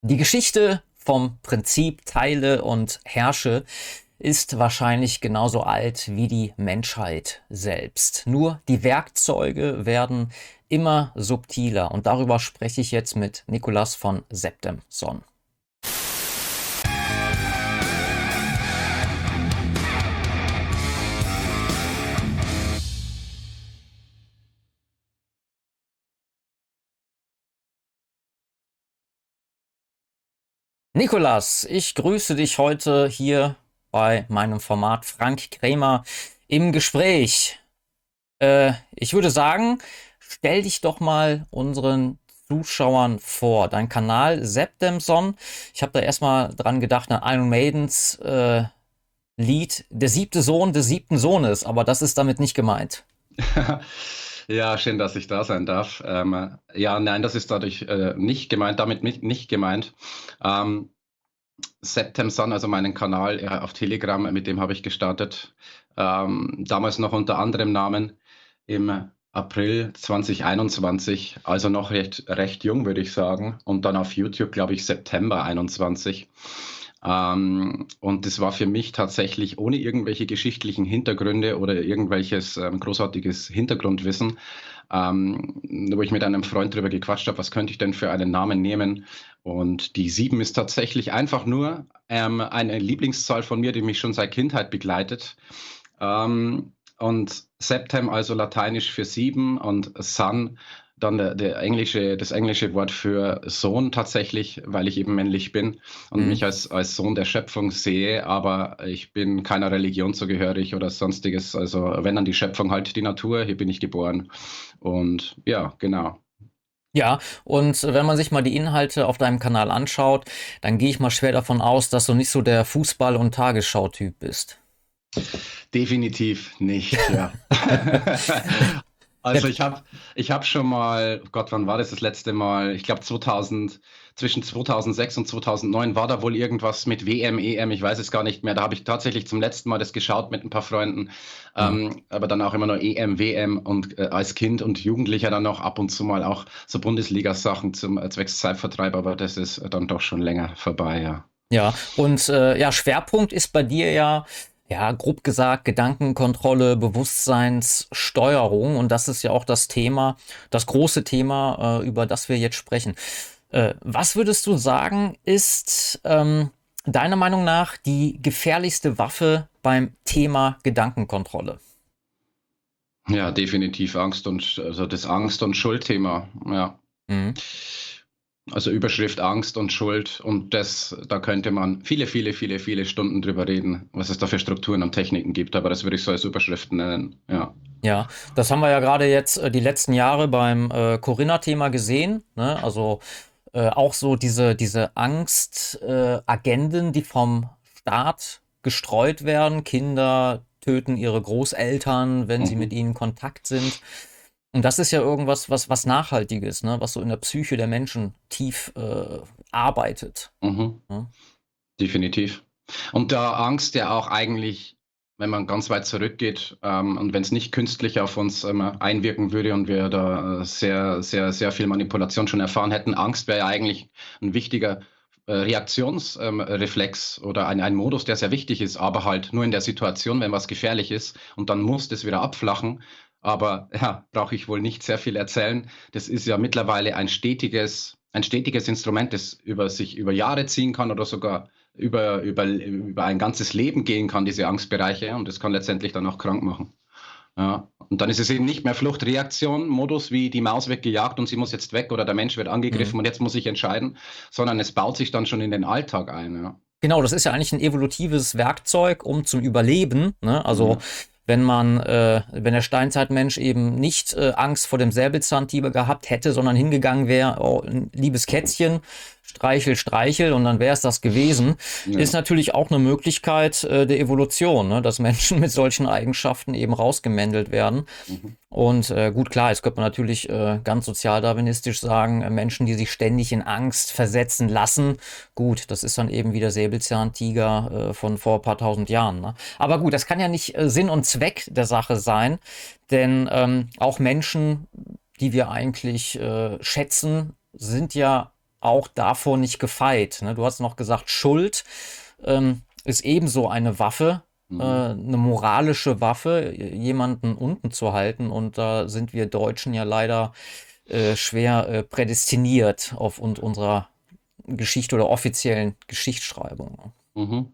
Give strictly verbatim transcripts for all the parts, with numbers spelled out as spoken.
Die Geschichte vom Prinzip Teile und Herrsche ist wahrscheinlich genauso alt wie die Menschheit selbst. Nur die Werkzeuge werden immer subtiler und darüber spreche ich jetzt mit Nicolas von Septemson. Nicolas, ich grüße dich heute hier bei meinem Format Frank Krämer im Gespräch. Äh, ich würde sagen, stell dich doch mal unseren Zuschauern vor. Dein Kanal Septemson. Ich habe da erstmal dran gedacht, an Iron Maidens äh, Lied, der siebte Sohn des siebten Sohnes, aber das ist damit nicht gemeint. Ja, schön, dass ich da sein darf. Ähm, ja, nein, das ist dadurch äh, nicht gemeint, damit nicht, nicht gemeint. Ähm, Septemson, also meinen Kanal ja, auf Telegram, mit dem habe ich gestartet. Ähm, damals noch unter anderem Namen im April zwanzig einundzwanzig, also noch recht, recht jung, würde ich sagen. Und dann auf YouTube, glaube ich, September einundzwanzig. Ähm, und das war für mich tatsächlich ohne irgendwelche geschichtlichen Hintergründe oder irgendwelches ähm, großartiges Hintergrundwissen, ähm, wo ich mit einem Freund darüber gequatscht habe, was könnte ich denn für einen Namen nehmen. Und die sieben ist tatsächlich einfach nur ähm, eine Lieblingszahl von mir, die mich schon seit Kindheit begleitet. Ähm, und Septem, also lateinisch für sieben, und Son, dann der, der englische, das englische Wort für Sohn tatsächlich, weil ich eben männlich bin und Mhm. mich als, als Sohn der Schöpfung sehe, aber ich bin keiner Religion zugehörig oder sonstiges. Also wenn dann die Schöpfung halt die Natur, hier bin ich geboren. Und ja, genau. Ja, und wenn man sich mal die Inhalte auf deinem Kanal anschaut, dann gehe ich mal schwer davon aus, dass du nicht so der Fußball- und Tagesschau-Typ bist. Definitiv nicht, ja. Also ich habe ich hab schon mal, Gott, wann war das das letzte Mal? Ich glaube zweitausend, zwischen zweitausendsechs und zweitausendneun war da wohl irgendwas mit W M, E M, ich weiß es gar nicht mehr. Da habe ich tatsächlich zum letzten Mal das geschaut mit ein paar Freunden, Mhm. ähm, aber dann auch immer nur E M, W M und äh, als Kind und Jugendlicher dann noch ab und zu mal auch so Bundesliga-Sachen zum äh, zwecks Zeitvertreib, aber das ist dann doch schon länger vorbei, ja. Ja, und äh, ja, Schwerpunkt ist bei dir ja, ja, grob gesagt, Gedankenkontrolle, Bewusstseinssteuerung. Und das ist ja auch das Thema, das große Thema, äh, über das wir jetzt sprechen. Äh, was würdest du sagen, ist ähm, deiner Meinung nach die gefährlichste Waffe beim Thema Gedankenkontrolle? Ja, definitiv Angst und also das Angst- und Schuldthema, ja. Mhm. Also Überschrift Angst und Schuld und das, da könnte man viele, viele, viele, viele Stunden drüber reden, was es da für Strukturen und Techniken gibt, aber das würde ich so als Überschriften nennen, ja. Ja, das haben wir ja gerade jetzt äh, die letzten Jahre beim äh, Corinna-Thema gesehen, ne? Also äh, auch so diese, diese Angst-Agenden, äh, Agenden, die vom Staat gestreut werden. Kinder töten ihre Großeltern, wenn sie mit Mhm. ihnen in Kontakt sind. Und das ist ja irgendwas, was, was Nachhaltiges, ne? Was so in der Psyche der Menschen tief äh, arbeitet. Mhm. Ne? Definitiv. Und da Angst ja auch eigentlich, wenn man ganz weit zurückgeht, ähm, und wenn es nicht künstlich auf uns ähm, einwirken würde und wir da äh, sehr, sehr, sehr viel Manipulation schon erfahren hätten, Angst wäre ja eigentlich ein wichtiger äh, Reaktionsreflex ähm, oder ein, ein Modus, der sehr wichtig ist, aber halt nur in der Situation, wenn was gefährlich ist und dann muss das wieder abflachen. Aber ja, brauche ich wohl nicht sehr viel erzählen. Das ist ja mittlerweile ein stetiges, ein stetiges Instrument, das über sich über Jahre ziehen kann oder sogar über, über, über ein ganzes Leben gehen kann, diese Angstbereiche, und das kann letztendlich dann auch krank machen. Ja. Und dann ist es eben nicht mehr Fluchtreaktion-Modus, wie die Maus wird gejagt und sie muss jetzt weg oder der Mensch wird Mhm. angegriffen und jetzt muss ich entscheiden, sondern es baut sich dann schon in den Alltag ein. Ja. Genau, das ist ja eigentlich ein evolutives Werkzeug, um zum Überleben, ne? Also Ja. wenn man, äh, wenn der Steinzeitmensch eben nicht äh, Angst vor dem Säbelzahntiger gehabt hätte, sondern hingegangen wäre, oh, ein liebes Kätzchen, streichel, streichel, und dann wäre es das gewesen, ist Ja. natürlich auch eine Möglichkeit äh, der Evolution, ne? Dass Menschen mit solchen Eigenschaften eben rausgemändelt werden. Mhm. Und äh, gut, klar, jetzt könnte man natürlich äh, ganz sozialdarwinistisch sagen, äh, Menschen, die sich ständig in Angst versetzen lassen, gut, das ist dann eben wie der Säbelzahntiger äh, von vor ein paar tausend Jahren. Ne? Aber gut, das kann ja nicht äh, Sinn und Zweck der Sache sein, denn ähm, auch Menschen, die wir eigentlich äh, schätzen, sind ja auch davor nicht gefeit. Ne? Du hast noch gesagt, Schuld ähm, ist ebenso eine Waffe, äh, Mhm. eine moralische Waffe, jemanden unten zu halten. Und da sind wir Deutschen ja leider äh, schwer äh, prädestiniert aufgrund unserer Geschichte oder offiziellen Geschichtsschreibung. Mhm.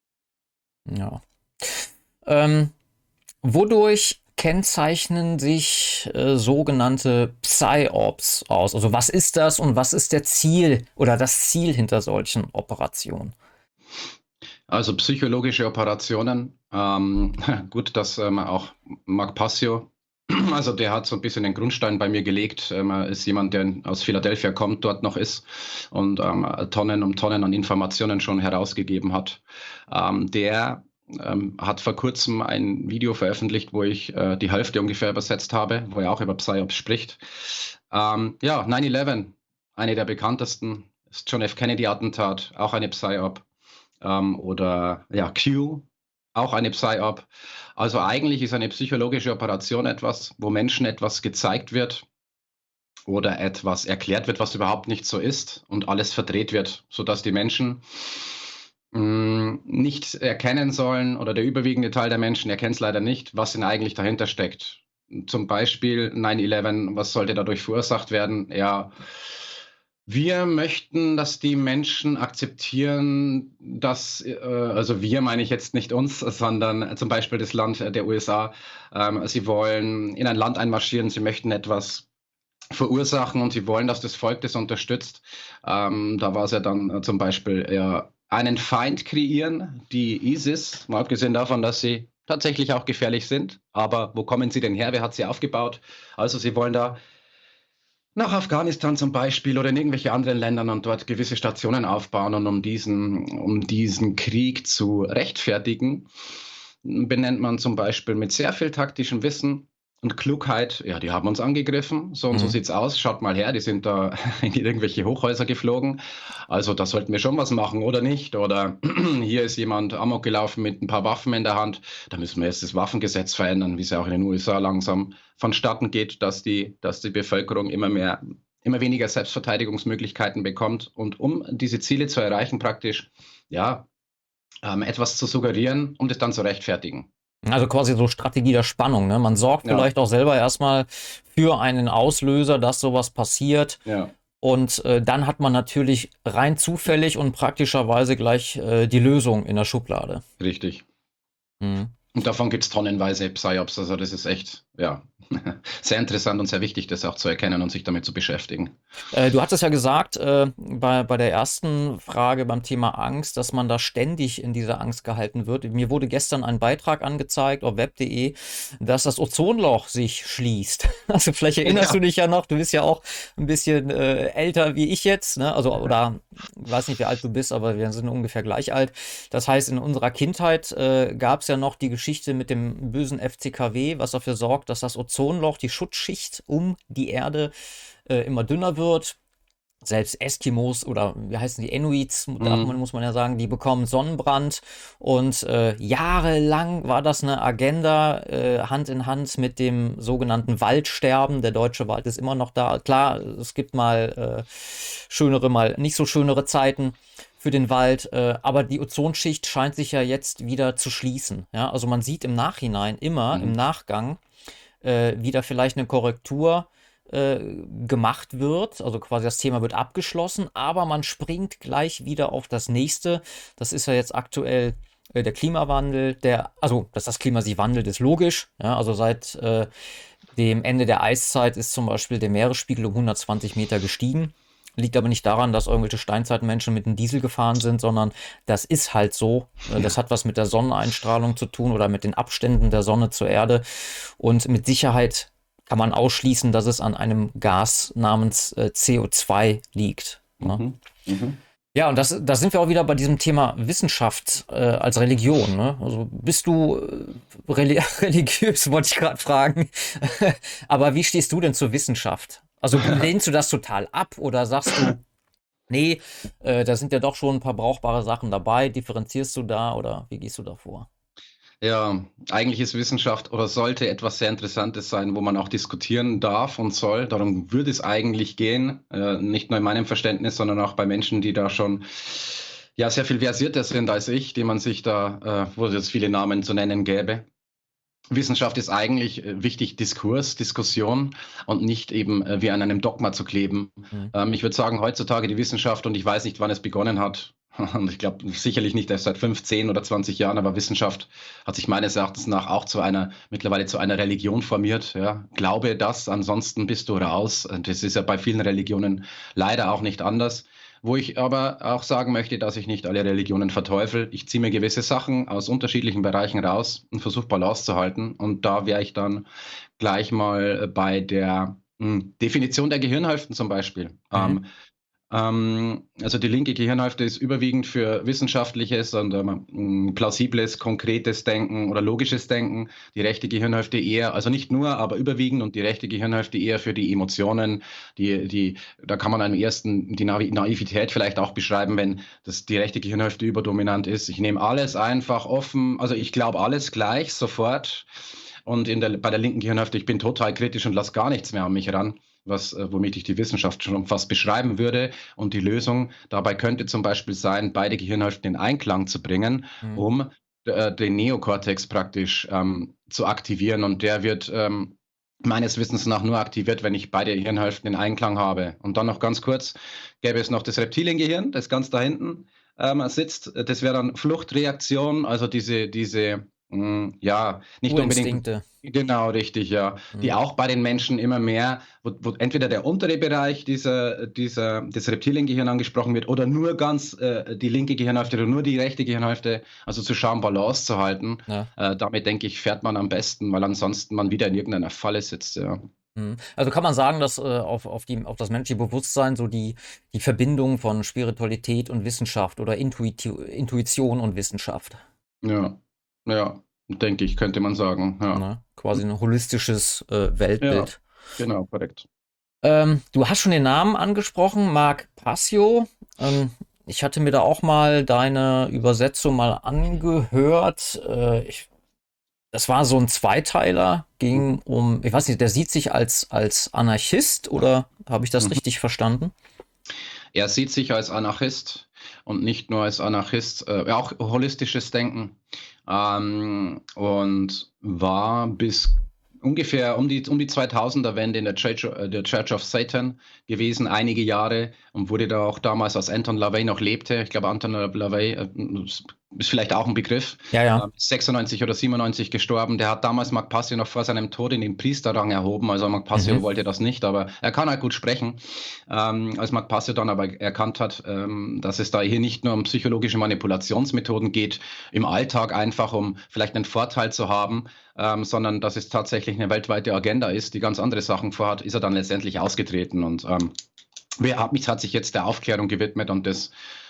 Ja. Ähm, Wodurch kennzeichnen sich äh, sogenannte Psy-Ops aus? Also was ist das und was ist der Ziel oder das Ziel hinter solchen Operationen? Also psychologische Operationen. Ähm, gut, dass ähm, auch Mark Passio, also der hat so ein bisschen den Grundstein bei mir gelegt. Ähm, er ist jemand, der aus Philadelphia kommt, dort noch ist und ähm, Tonnen um Tonnen an Informationen schon herausgegeben hat. Ähm, der ähm, hat vor kurzem ein Video veröffentlicht, wo ich äh, die Hälfte ungefähr übersetzt habe, wo er auch über PsyOps spricht. Ähm, ja, neun elf, eine der bekanntesten, das John F. Kennedy-Attentat, auch eine PsyOp. Ähm, oder ja, Q, auch eine Psy-Op. Also eigentlich ist eine psychologische Operation etwas, wo Menschen etwas gezeigt wird oder etwas erklärt wird, was überhaupt nicht so ist und alles verdreht wird, sodass die Menschen mh, nicht erkennen sollen oder der überwiegende Teil der Menschen erkennt es leider nicht, was denn eigentlich dahinter steckt. Zum Beispiel neun elf, was sollte dadurch verursacht werden? Ja, wir möchten, dass die Menschen akzeptieren, dass, äh, also wir meine ich jetzt nicht uns, sondern zum Beispiel das Land der U S A. Ähm, sie wollen in ein Land einmarschieren, sie möchten etwas verursachen und sie wollen, dass das Volk das unterstützt. Ähm, da war es ja dann äh, zum Beispiel ja, einen Feind kreieren, die ISIS, mal abgesehen davon, dass sie tatsächlich auch gefährlich sind. Aber wo kommen sie denn her? Wer hat sie aufgebaut? Also sie wollen da nach Afghanistan zum Beispiel oder in irgendwelche anderen Ländern und dort gewisse Stationen aufbauen. Und um diesen, um diesen Krieg zu rechtfertigen, benennt man zum Beispiel mit sehr viel taktischem Wissen und Klugheit, ja, die haben uns angegriffen, so und so Mhm. sieht's aus, schaut mal her, die sind da in irgendwelche Hochhäuser geflogen, also da sollten wir schon was machen, oder nicht? Oder hier ist jemand Amok gelaufen mit ein paar Waffen in der Hand, da müssen wir jetzt das Waffengesetz verändern, wie es ja auch in den U S A langsam vonstatten geht, dass die, dass die Bevölkerung immer mehr, immer weniger Selbstverteidigungsmöglichkeiten bekommt. Und um diese Ziele zu erreichen, praktisch, ja, ähm, etwas zu suggerieren, um das dann zu rechtfertigen. Also quasi so Strategie der Spannung. Ne? Man sorgt Ja, vielleicht auch selber erstmal für einen Auslöser, dass sowas passiert. ja, Und äh, dann hat man natürlich rein zufällig und praktischerweise gleich äh, die Lösung in der Schublade. richtig. Mhm. Und davon gibt es tonnenweise Psyops. Also das ist echt, ja, sehr interessant und sehr wichtig, das auch zu erkennen und sich damit zu beschäftigen. Äh, du hattest ja gesagt, äh, bei, bei der ersten Frage beim Thema Angst, dass man da ständig in dieser Angst gehalten wird. Mir wurde gestern ein Beitrag angezeigt auf web punkt de, dass das Ozonloch sich schließt. Also vielleicht erinnerst Ja, du dich ja noch, du bist ja auch ein bisschen äh, älter wie ich jetzt, ne? Also, oder ich weiß nicht, wie alt du bist, aber wir sind ungefähr gleich alt. Das heißt, in unserer Kindheit äh, gab es ja noch die Geschichte mit dem bösen F C K W, was dafür sorgt, dass das Ozonloch, die Schutzschicht um die Erde, äh, immer dünner wird. Selbst Eskimos oder wie heißen die Inuits, darf man, mhm. muss man ja sagen, die bekommen Sonnenbrand. Und äh, jahrelang war das eine Agenda, äh, Hand in Hand mit dem sogenannten Waldsterben. Der deutsche Wald ist immer noch da. Klar, es gibt mal äh, schönere, mal nicht so schönere Zeiten für den Wald, äh, aber die Ozonschicht scheint sich ja jetzt wieder zu schließen. Ja? Also man sieht im Nachhinein immer, im Mhm. Nachgang, äh, wieder vielleicht eine Korrektur äh, gemacht wird. Also quasi das Thema wird abgeschlossen, aber man springt gleich wieder auf das nächste. Das ist ja jetzt aktuell äh, der Klimawandel, der, also dass das Klima sich wandelt, ist logisch. Ja, also seit äh, dem Ende der Eiszeit ist zum Beispiel der Meeresspiegel um hundertzwanzig Meter gestiegen. Liegt aber nicht daran, dass irgendwelche Steinzeitmenschen mit einem Diesel gefahren sind, sondern das ist halt so. Äh, Das Ja. hat was mit der Sonneneinstrahlung zu tun oder mit den Abständen der Sonne zur Erde. Und mit Sicherheit kann man ausschließen, dass es an einem Gas namens äh, C O zwei liegt. Ne? Mhm. Mhm. Ja, und das, da sind wir auch wieder bei diesem Thema Wissenschaft äh, als Religion. Ne? Also bist du äh, reli religiös, wollte ich gerade fragen. Aber wie stehst du denn zur Wissenschaft? Also lehnst du das total ab oder sagst du, nee, äh, da sind ja doch schon ein paar brauchbare Sachen dabei, differenzierst du da oder wie gehst du da vor? Ja, eigentlich ist Wissenschaft oder sollte etwas sehr Interessantes sein, wo man auch diskutieren darf und soll. Darum würde es eigentlich gehen, äh, nicht nur in meinem Verständnis, sondern auch bei Menschen, die da schon ja sehr viel versierter sind als ich, die man sich da, äh, wo es jetzt viele Namen zu nennen gäbe. Wissenschaft ist eigentlich äh, wichtig, Diskurs, Diskussion und nicht eben äh, wie an einem Dogma zu kleben. Mhm. Ähm, ich würde sagen, heutzutage die Wissenschaft, und ich weiß nicht, wann es begonnen hat, und ich glaube sicherlich nicht erst seit fünfzehn oder zwanzig Jahren, aber Wissenschaft hat sich meines Erachtens nach auch zu einer, mittlerweile zu einer Religion formiert. Ja. Glaube das, ansonsten bist du raus. Und das ist ja bei vielen Religionen leider auch nicht anders. Wo ich aber auch sagen möchte, dass ich nicht alle Religionen verteufel. Ich ziehe mir gewisse Sachen aus unterschiedlichen Bereichen raus und versuche Balance zu halten. Und da wäre ich dann gleich mal bei der mh, Definition der Gehirnhälften zum Beispiel. Mhm. Ähm, ähm, also die linke Gehirnhälfte ist überwiegend für wissenschaftliches und ähm, plausibles, konkretes Denken oder logisches Denken. Die rechte Gehirnhälfte eher, also nicht nur, aber überwiegend, und die rechte Gehirnhälfte eher für die Emotionen. Die, die, da kann man am ersten die Naiv Naivität vielleicht auch beschreiben, wenn das die rechte Gehirnhälfte überdominant ist. Ich nehme alles einfach offen, also ich glaube alles gleich, sofort. Und in der, bei der linken Gehirnhälfte, ich bin total kritisch und lasse gar nichts mehr an mich ran, was, äh, womit ich die Wissenschaft schon fast beschreiben würde. Und die Lösung dabei könnte zum Beispiel sein, beide Gehirnhälften in Einklang zu bringen, Mhm. um äh, den Neokortex praktisch ähm, zu aktivieren. Und der wird ähm, meines Wissens nach nur aktiviert, wenn ich beide Gehirnhälften in Einklang habe. Und dann noch ganz kurz, gäbe es noch das Reptiliengehirn, das ganz da hinten ähm, sitzt. Das wäre dann Fluchtreaktion, also diese, diese mh, ja, nicht unbedingt. Urinstinkte. Genau, richtig, ja. Die Mhm. auch bei den Menschen immer mehr, wo, wo entweder der untere Bereich dieser, dieser, des Reptiliengehirns angesprochen wird oder nur ganz äh, die linke Gehirnhälfte oder nur die rechte Gehirnhälfte, also zu schauen, Balance zu halten. Ja. Äh, damit, denke ich, fährt man am besten, weil ansonsten man wieder in irgendeiner Falle sitzt, ja. Mhm. Also kann man sagen, dass äh, auf, auf, die, auf das menschliche Bewusstsein so die, die Verbindung von Spiritualität und Wissenschaft oder Intuiti Intuition und Wissenschaft, Ja, ja, denke ich, könnte man sagen, ja. ne? Quasi ein holistisches äh, Ja, Weltbild. genau, korrekt. Ähm, du hast schon den Namen angesprochen, Mark Passio. Ähm, ich hatte mir da auch mal deine Übersetzung mal angehört. Äh, ich, das war so ein Zweiteiler, ging um, ich weiß nicht, der sieht sich als, als Anarchist oder habe ich das Mhm. richtig verstanden? Er sieht sich als Anarchist und nicht nur als Anarchist, äh, auch holistisches Denken, ähm, und war bis ungefähr um die, um die zweitausender-Wende in der Church, äh, der Church of Satan gewesen, einige Jahre, und wurde da auch damals, als Anton LaVey noch lebte, ich glaube Anton LaVey äh, ist vielleicht auch ein Begriff, Ja, ja. äh, sechsundneunzig oder siebenundneunzig gestorben. Der hat damals Mark Passio noch vor seinem Tod in den Priesterrang erhoben, also Mark Passio Mhm. wollte das nicht, aber er kann halt gut sprechen. Ähm, als Mark Passio dann aber erkannt hat, ähm, dass es da hier nicht nur um psychologische Manipulationsmethoden geht, im Alltag einfach, um vielleicht einen Vorteil zu haben, ähm, sondern dass es tatsächlich eine weltweite Agenda ist, die ganz andere Sachen vorhat, ist er dann letztendlich ausgetreten. Und ähm, wer mich hat sich jetzt der Aufklärung gewidmet, und das,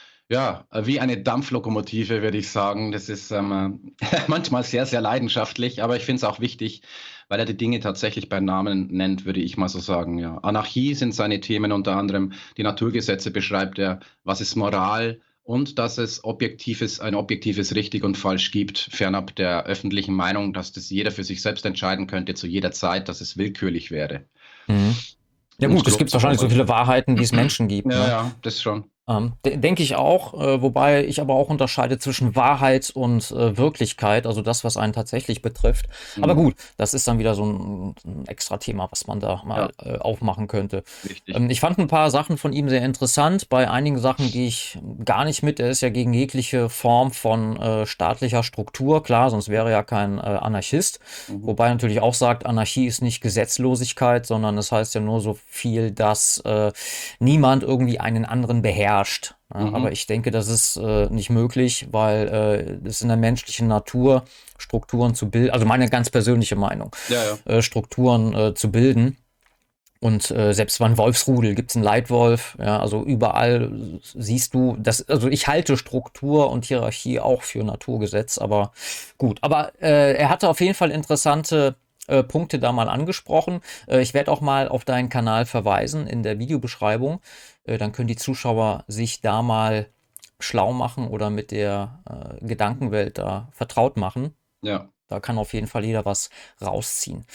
ja, wie eine Dampflokomotive, würde ich sagen. Das ist ähm, manchmal sehr, sehr leidenschaftlich, aber ich finde es auch wichtig, weil er die Dinge tatsächlich beim Namen nennt, würde ich mal so sagen. Ja. Anarchie sind seine Themen, unter anderem die Naturgesetze beschreibt er, was ist Moral, und dass es objektives, ein objektives Richtig und Falsch gibt, fernab der öffentlichen Meinung, dass das jeder für sich selbst entscheiden könnte, zu jeder Zeit, dass es willkürlich wäre. Mhm. Ja Ums gut, es Grobe gibt wahrscheinlich so viele Wahrheiten, wie es Menschen gibt, Ja, ne? ja, das schon. Ähm, de denke ich auch, äh, wobei ich aber auch unterscheide zwischen Wahrheit und äh, Wirklichkeit, also das, was einen tatsächlich betrifft. Aber Mhm. gut, das ist dann wieder so ein, ein extra Thema, was man da mal Ja, äh, aufmachen könnte. richtig. Ähm, ich fand ein paar Sachen von ihm sehr interessant. Bei einigen Sachen gehe ich gar nicht mit. Er ist ja gegen jegliche Form von äh, staatlicher Struktur, klar, sonst wäre er ja kein äh, Anarchist. Mhm. Wobei er natürlich auch sagt, Anarchie ist nicht Gesetzlosigkeit, sondern es heißt ja nur so viel, dass äh, niemand irgendwie einen anderen beherrscht. Ja, aber Mhm. ich denke, das ist äh, nicht möglich, weil äh, es in der menschlichen Natur Strukturen zu bilden, also meine ganz persönliche Meinung, Ja, ja. äh, Strukturen äh, zu bilden. Und äh, selbst beim Wolfsrudel gibt es einen Leitwolf, ja, also überall siehst du, das, also ich halte Struktur und Hierarchie auch für Naturgesetz, aber gut. Aber äh, er hatte auf jeden Fall interessante äh, Punkte da mal angesprochen. Äh, ich werde auch mal auf deinen Kanal verweisen in der Videobeschreibung. Äh, dann können die Zuschauer sich da mal schlau machen oder mit der äh, Gedankenwelt da vertraut machen. Ja. Da kann auf jeden Fall jeder was rausziehen.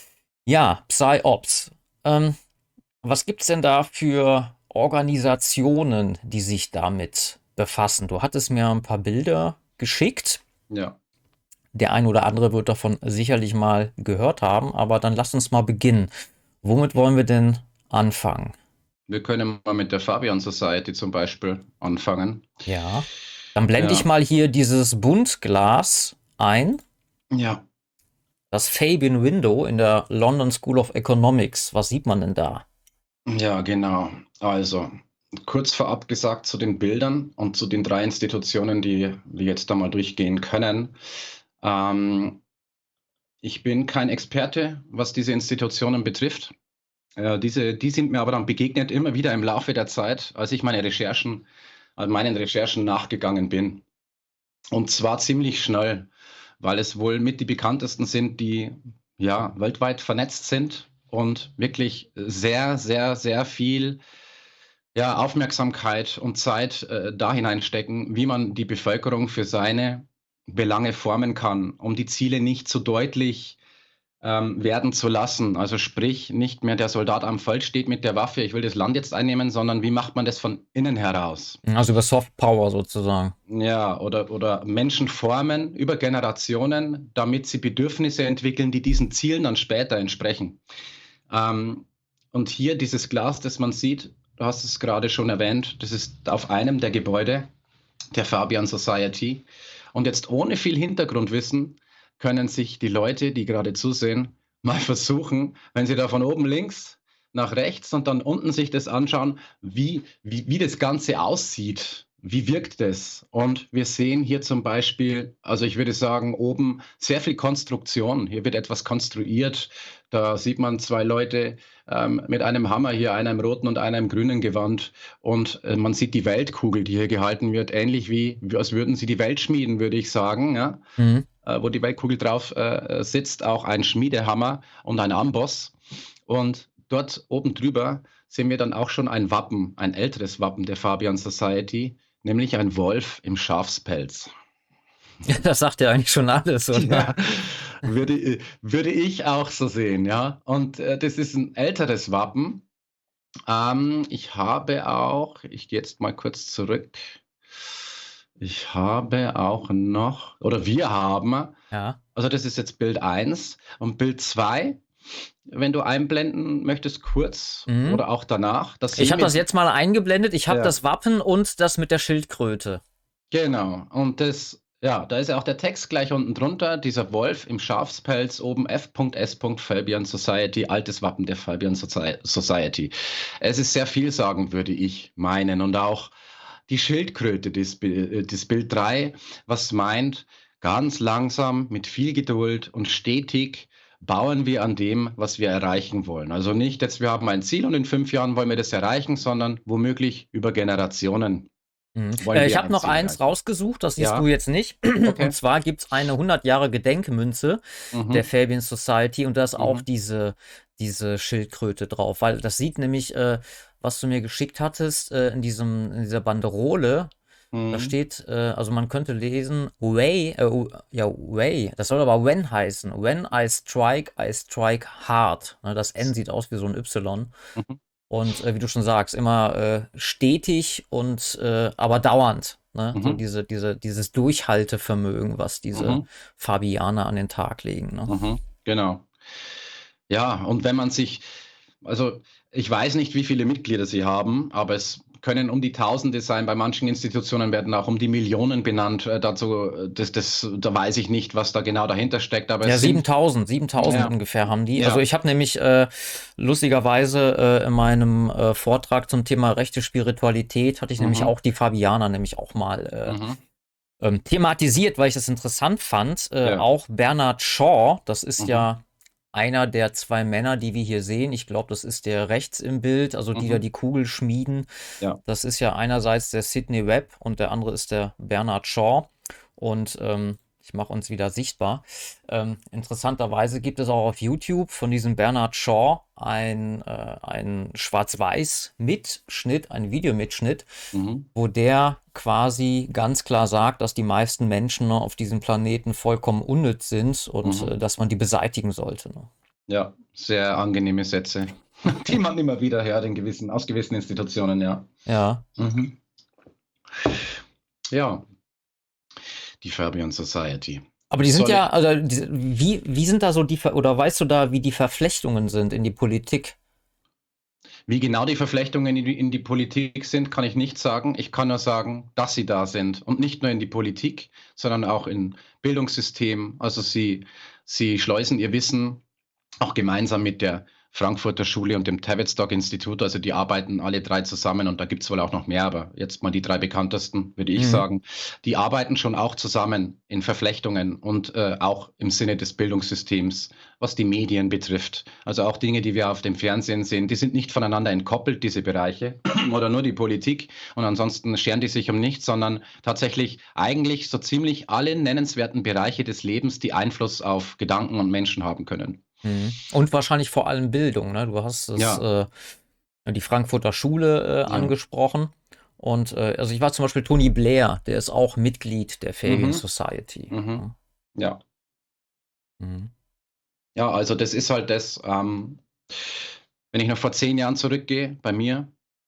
Ja, PsyOps. Ähm, was gibt's denn da für Organisationen, die sich damit befassen? Du hattest mir ein paar Bilder geschickt. Ja. Der ein oder andere wird davon sicherlich mal gehört haben, aber dann lass uns mal beginnen. Womit wollen wir denn anfangen? Wir können mal mit der Fabian Society zum Beispiel anfangen. Ja, dann blende ich Ja. mal hier dieses Buntglas ein. Ja. Das Fabian Window in der London School of Economics. Was sieht man denn da? Ja, genau. Also, kurz vorab gesagt zu den Bildern und zu den drei Institutionen, die wir jetzt da mal durchgehen können. Ähm, ich bin kein Experte, was diese Institutionen betrifft. Äh, diese, die sind mir aber dann begegnet immer wieder im Laufe der Zeit, als ich meine Recherchen, äh, meinen Recherchen nachgegangen bin. Und zwar ziemlich schnell, weil es wohl mit die bekanntesten sind, die ja weltweit vernetzt sind und wirklich sehr, sehr, sehr viel ja, Aufmerksamkeit und Zeit äh, da hineinstecken, wie man die Bevölkerung für seine Belange formen kann, um die Ziele nicht zu deutlich ähm, werden zu lassen. Also sprich, nicht mehr der Soldat am Feld steht mit der Waffe, ich will das Land jetzt einnehmen, sondern wie macht man das von innen heraus? Also über Soft Power sozusagen. Ja, oder, oder Menschen formen über Generationen, damit sie Bedürfnisse entwickeln, die diesen Zielen dann später entsprechen. Ähm, und hier dieses Glas, das man sieht, du hast es gerade schon erwähnt, das ist auf einem der Gebäude der Fabian Society. Und jetzt ohne viel Hintergrundwissen können sich die Leute, die gerade zusehen, mal versuchen, wenn sie da von oben links nach rechts und dann unten sich das anschauen, wie, wie, wie das Ganze aussieht. Wie wirkt das? Und wir sehen hier zum Beispiel, also ich würde sagen, oben sehr viel Konstruktion. Hier wird etwas konstruiert. Da sieht man zwei Leute ähm, mit einem Hammer, hier einer im roten und einer im grünen Gewand. Und äh, man sieht die Weltkugel, die hier gehalten wird, ähnlich wie, wie als würden sie die Welt schmieden, würde ich sagen. Ja? Mhm. Äh, wo die Weltkugel drauf äh, sitzt, auch ein Schmiedehammer und ein Amboss. Und dort oben drüber sehen wir dann auch schon ein Wappen, ein älteres Wappen der Fabian Society, nämlich ein Wolf im Schafspelz. Das sagt ja eigentlich schon alles, oder? Ja, würde, würde ich auch so sehen, ja. Und äh, das ist ein älteres Wappen. Ähm, ich habe auch, ich gehe jetzt mal kurz zurück. Ich habe auch noch, oder wir haben, Ja. also das ist jetzt Bild eins und Bild zwei, wenn du einblenden möchtest, kurz Mhm. oder auch danach. Das Ich sehen habe wir, das jetzt mal eingeblendet. Ich habe ja, das Wappen und das mit der Schildkröte. genau. Und das, ja, da ist ja auch der Text gleich unten drunter. Dieser Wolf im Schafspelz oben F S Fabian Society, altes Wappen der Fabian Society. Es ist sehr vielsagend, würde ich meinen. Und auch die Schildkröte, das, das Bild drei, was meint, ganz langsam, mit viel Geduld und stetig bauen wir an dem, was wir erreichen wollen. Also nicht jetzt, wir haben ein Ziel und in fünf Jahren wollen wir das erreichen, sondern womöglich über Generationen Mhm. wollen Äh, ich wir habe ein noch Ziel eins erreichen. rausgesucht, das siehst du Ja, jetzt nicht. Und okay. zwar gibt es eine hundert Jahre Gedenkmünze der Mhm. Fabian Society und da ist auch Mhm. diese, diese Schildkröte drauf, weil das sieht nämlich, äh, was du mir geschickt hattest, äh, in diesem, in dieser Banderole. Da Mhm. steht, äh, also man könnte lesen, Way, äh, ja, Way, das soll aber When heißen. When I strike, I strike hard. Ne, das N sieht aus wie so ein Y. Mhm. Und äh, wie du schon sagst, immer äh, stetig und äh, aber dauernd. Ne? So Mhm. diese, diese, dieses Durchhaltevermögen, was diese Mhm. Fabianer an den Tag legen. Ne? Mhm. Genau. Ja, und wenn man sich, also ich weiß nicht, wie viele Mitglieder sie haben, aber es können um die Tausende sein. Bei manchen Institutionen werden auch um die Millionen benannt. Äh, dazu, äh, das, das, da weiß ich nicht, was da genau dahinter steckt, aber Ja, es sind, siebentausend, siebentausend ja, ungefähr haben die. Also ja, ich habe nämlich äh, lustigerweise äh, in meinem äh, Vortrag zum Thema rechte Spiritualität hatte ich nämlich mhm. auch die Fabianer nämlich auch mal Mhm. äh, ähm, thematisiert, weil ich das interessant fand. Äh, Ja, auch Bernard Shaw, das ist mhm. ja einer der zwei Männer, die wir hier sehen. Ich glaube, das ist der rechts im Bild, also die da Mhm. die Kugel schmieden. Ja, Das ist ja einerseits der Sidney Webb und der andere ist der Bernard Shaw. Und ähm, Ich mache uns wieder sichtbar. Ähm, interessanterweise gibt es auch auf YouTube von diesem Bernard Shaw ein, äh, ein Schwarz-Weiß-Mitschnitt, ein Videomitschnitt, Mhm. wo der quasi ganz klar sagt, dass die meisten Menschen ne, auf diesem Planeten vollkommen unnütz sind und Mhm. äh, dass man die beseitigen sollte. Ne? Ja, sehr angenehme Sätze, die man immer wieder hört in gewissen, aus gewissen Institutionen, ja. Ja. Mhm. Ja, die Fabian Society. Aber die sind Soll ja, ich, also die, wie, wie sind da so die, Ver- oder weißt du da, wie die Verflechtungen sind in die Politik? wie genau die Verflechtungen in die, in die Politik sind, kann ich nicht sagen. Ich kann nur sagen, dass sie da sind. Und nicht nur in die Politik, sondern auch im Bildungssystem. Also sie, sie schleusen ihr Wissen auch gemeinsam mit der Frankfurter Schule und dem Tavistock-Institut. Also die arbeiten alle drei zusammen und da gibt es wohl auch noch mehr, aber jetzt mal die drei bekanntesten, würde ich Mhm. sagen. Die arbeiten schon auch zusammen in Verflechtungen und äh, auch im Sinne des Bildungssystems, was die Medien betrifft. Also auch Dinge, die wir auf dem Fernsehen sehen, die sind nicht voneinander entkoppelt, diese Bereiche, oder nur die Politik. Und ansonsten scheren die sich um nichts, sondern tatsächlich eigentlich so ziemlich alle nennenswerten Bereiche des Lebens, die Einfluss auf Gedanken und Menschen haben können. Mhm. Und wahrscheinlich vor allem Bildung, ne? Du hast es, Ja, äh, die Frankfurter Schule äh, ja. angesprochen. Und äh, also ich war zum Beispiel Tony Blair, der ist auch Mitglied der Fabian Mhm, Society. mhm. Ne? Ja. Mhm. Ja, also das ist halt das, ähm, wenn ich noch vor zehn Jahren zurückgehe, bei mir,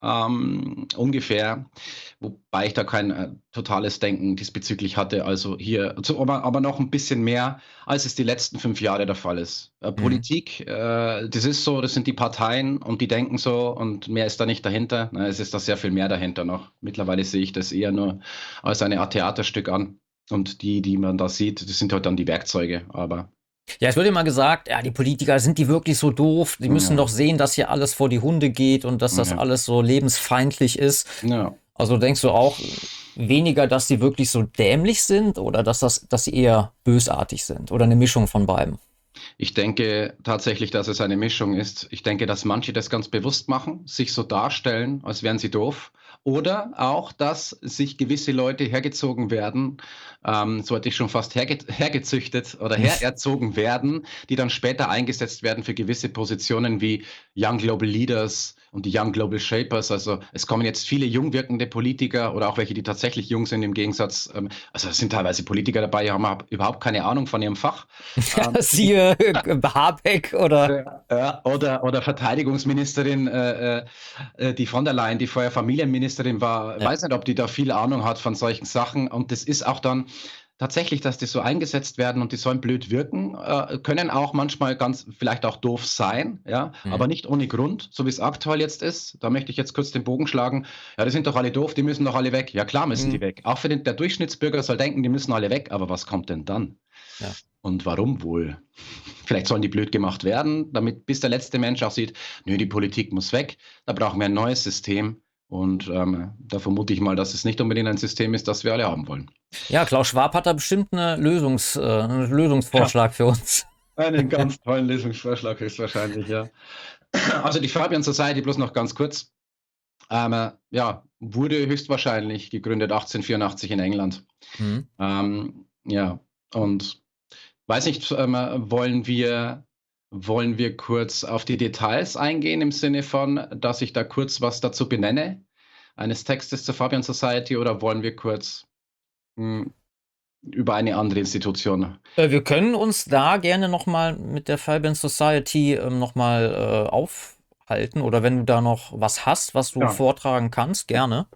ähm, ungefähr, wobei ich da kein äh, totales Denken diesbezüglich hatte, also hier, zu, aber, aber noch ein bisschen mehr, als es die letzten fünf Jahre der Fall ist. Äh, Mhm. Politik, äh, das ist so, das sind die Parteien und die denken so und mehr ist da nicht dahinter. Na, es ist da sehr viel mehr dahinter noch. Mittlerweile sehe ich das eher nur als eine Art Theaterstück an. Und die, die man da sieht, das sind halt dann die Werkzeuge, aber Ja, es wird immer gesagt, ja, die Politiker, sind die wirklich so doof? Die müssen ja, doch sehen, dass hier alles vor die Hunde geht und dass das ja, alles so lebensfeindlich ist. ja. Also denkst du auch weniger, dass sie wirklich so dämlich sind oder dass das, dass sie eher bösartig sind oder eine Mischung von beidem? Ich denke tatsächlich, dass es eine Mischung ist. Ich denke, dass manche das ganz bewusst machen, sich so darstellen, als wären sie doof. Oder auch, dass sich gewisse Leute hergezogen werden, ähm, so hatte ich schon fast herge hergezüchtet oder hererzogen werden, die dann später eingesetzt werden für gewisse Positionen wie Young Global Leaders und die Young Global Shapers. Also es kommen jetzt viele jung wirkende Politiker oder auch welche, die tatsächlich jung sind im Gegensatz. Ähm, also es sind teilweise Politiker dabei, die haben überhaupt keine Ahnung von ihrem Fach. Ähm, Siehe äh, Habeck oder. ja, ja, oder, oder Verteidigungsministerin, äh, äh, die von der Leyen, die vorher Familienministerin war, Ja. weiß nicht, ob die da viel Ahnung hat von solchen Sachen. Und das ist auch dann tatsächlich, dass die so eingesetzt werden und die sollen blöd wirken, äh, können auch manchmal ganz, vielleicht auch doof sein, ja, aber Mhm. nicht ohne Grund, so wie es aktuell jetzt ist. Da möchte ich jetzt kurz den Bogen schlagen. Ja, die sind doch alle doof, die müssen doch alle weg. Ja, klar müssen die Mhm. weg. Auch für den, der Durchschnittsbürger soll denken, die müssen alle weg. Aber was kommt denn dann? Ja. Und warum wohl? Vielleicht sollen die blöd gemacht werden, damit bis der letzte Mensch auch sieht, nö, die Politik muss weg, da brauchen wir ein neues System. Und ähm, da vermute ich mal, dass es nicht unbedingt ein System ist, das wir alle haben wollen. Ja, Klaus Schwab hat da bestimmt eine Lösungs, äh, einen Ja, Lösungsvorschlag für uns. einen ganz tollen Lösungsvorschlag höchstwahrscheinlich, ja. Also die Fabian Society, bloß noch ganz kurz, ähm, äh, ja, wurde höchstwahrscheinlich gegründet achtzehnhundertvierundachtzig in England. Mhm. Ähm, ja, und weiß nicht, ähm, wollen wir, wollen wir kurz auf die Details eingehen im Sinne von, dass ich da kurz was dazu benenne, eines Textes zur Fabian Society, oder wollen wir kurz mh, über eine andere Institution? Äh, wir können uns da gerne nochmal mit der Fabian Society ähm, nochmal äh, aufhalten oder wenn du da noch was hast, was du Ja. vortragen kannst, gerne.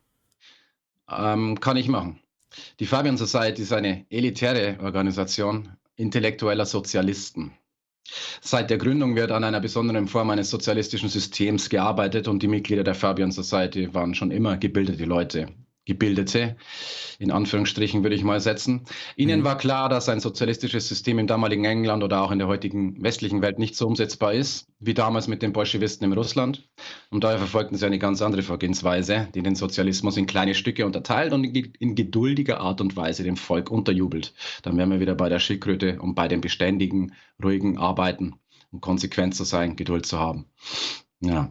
Ähm, kann ich machen. Die Fabian Society ist eine elitäre Organisation intellektueller Sozialisten. Seit der Gründung wird an einer besonderen Form eines sozialistischen Systems gearbeitet und die Mitglieder der Fabian Society waren schon immer gebildete Leute. Gebildete, in Anführungsstrichen würde ich mal setzen. Ihnen Mhm. war klar, dass ein sozialistisches System im damaligen England oder auch in der heutigen westlichen Welt nicht so umsetzbar ist, wie damals mit den Bolschewisten in Russland. Und daher verfolgten sie eine ganz andere Vorgehensweise, die den Sozialismus in kleine Stücke unterteilt und in geduldiger Art und Weise dem Volk unterjubelt. Dann wären wir wieder bei der Schildkröte und bei dem beständigen, ruhigen Arbeiten, um konsequent zu sein, Geduld zu haben. Ja.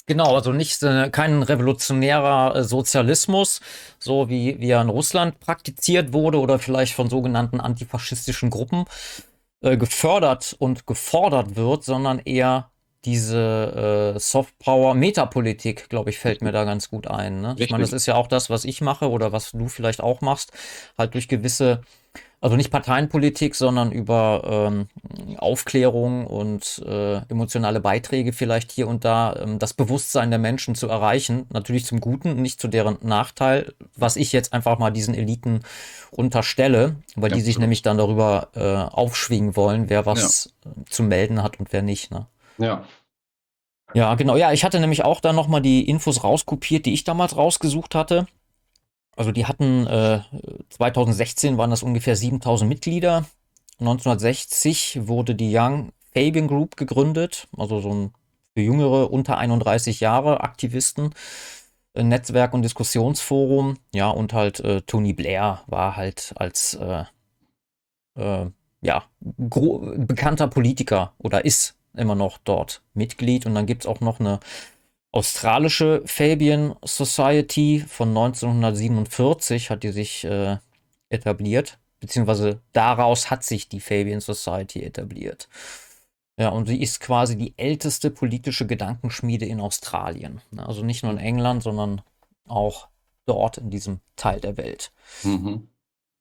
Genau, also nicht äh, kein revolutionärer äh, Sozialismus, so wie, wie er in Russland praktiziert wurde oder vielleicht von sogenannten antifaschistischen Gruppen äh, gefördert und gefordert wird, sondern eher diese äh, Softpower-Metapolitik, glaube ich, fällt mir da ganz gut ein. Ne? Ich meine, das Richtig. ist ja auch das, was ich mache oder was du vielleicht auch machst, halt durch gewisse, also nicht Parteienpolitik, sondern über ähm, Aufklärung und äh, emotionale Beiträge vielleicht hier und da, ähm, das Bewusstsein der Menschen zu erreichen. Natürlich zum Guten, nicht zu deren Nachteil, was ich jetzt einfach mal diesen Eliten unterstelle, weil die sich nämlich Absolut. dann darüber äh, aufschwingen wollen, wer Ja, was äh, zu melden hat und wer nicht. Ne? ja. Ja, genau. Ja, ich hatte nämlich auch da nochmal die Infos rauskopiert, die ich damals rausgesucht hatte. Also die hatten, äh, zwanzig sechzehn waren das ungefähr siebentausend Mitglieder. neunzehnhundertsechzig wurde die Young Fabian Group gegründet, also so ein für Jüngere unter einunddreißig Jahre Aktivisten, äh, Netzwerk- und Diskussionsforum. Ja, und halt äh, Tony Blair war halt als äh, äh, ja, gro- bekannter Politiker oder ist immer noch dort Mitglied. Und dann gibt's auch noch eine australische Fabian Society von neunzehnhundertsiebenundvierzig hat die sich äh, etabliert, beziehungsweise daraus hat sich die Fabian Society etabliert. Ja, und sie ist quasi die älteste politische Gedankenschmiede in Australien. Also nicht nur in England, sondern auch dort in diesem Teil der Welt. Mhm.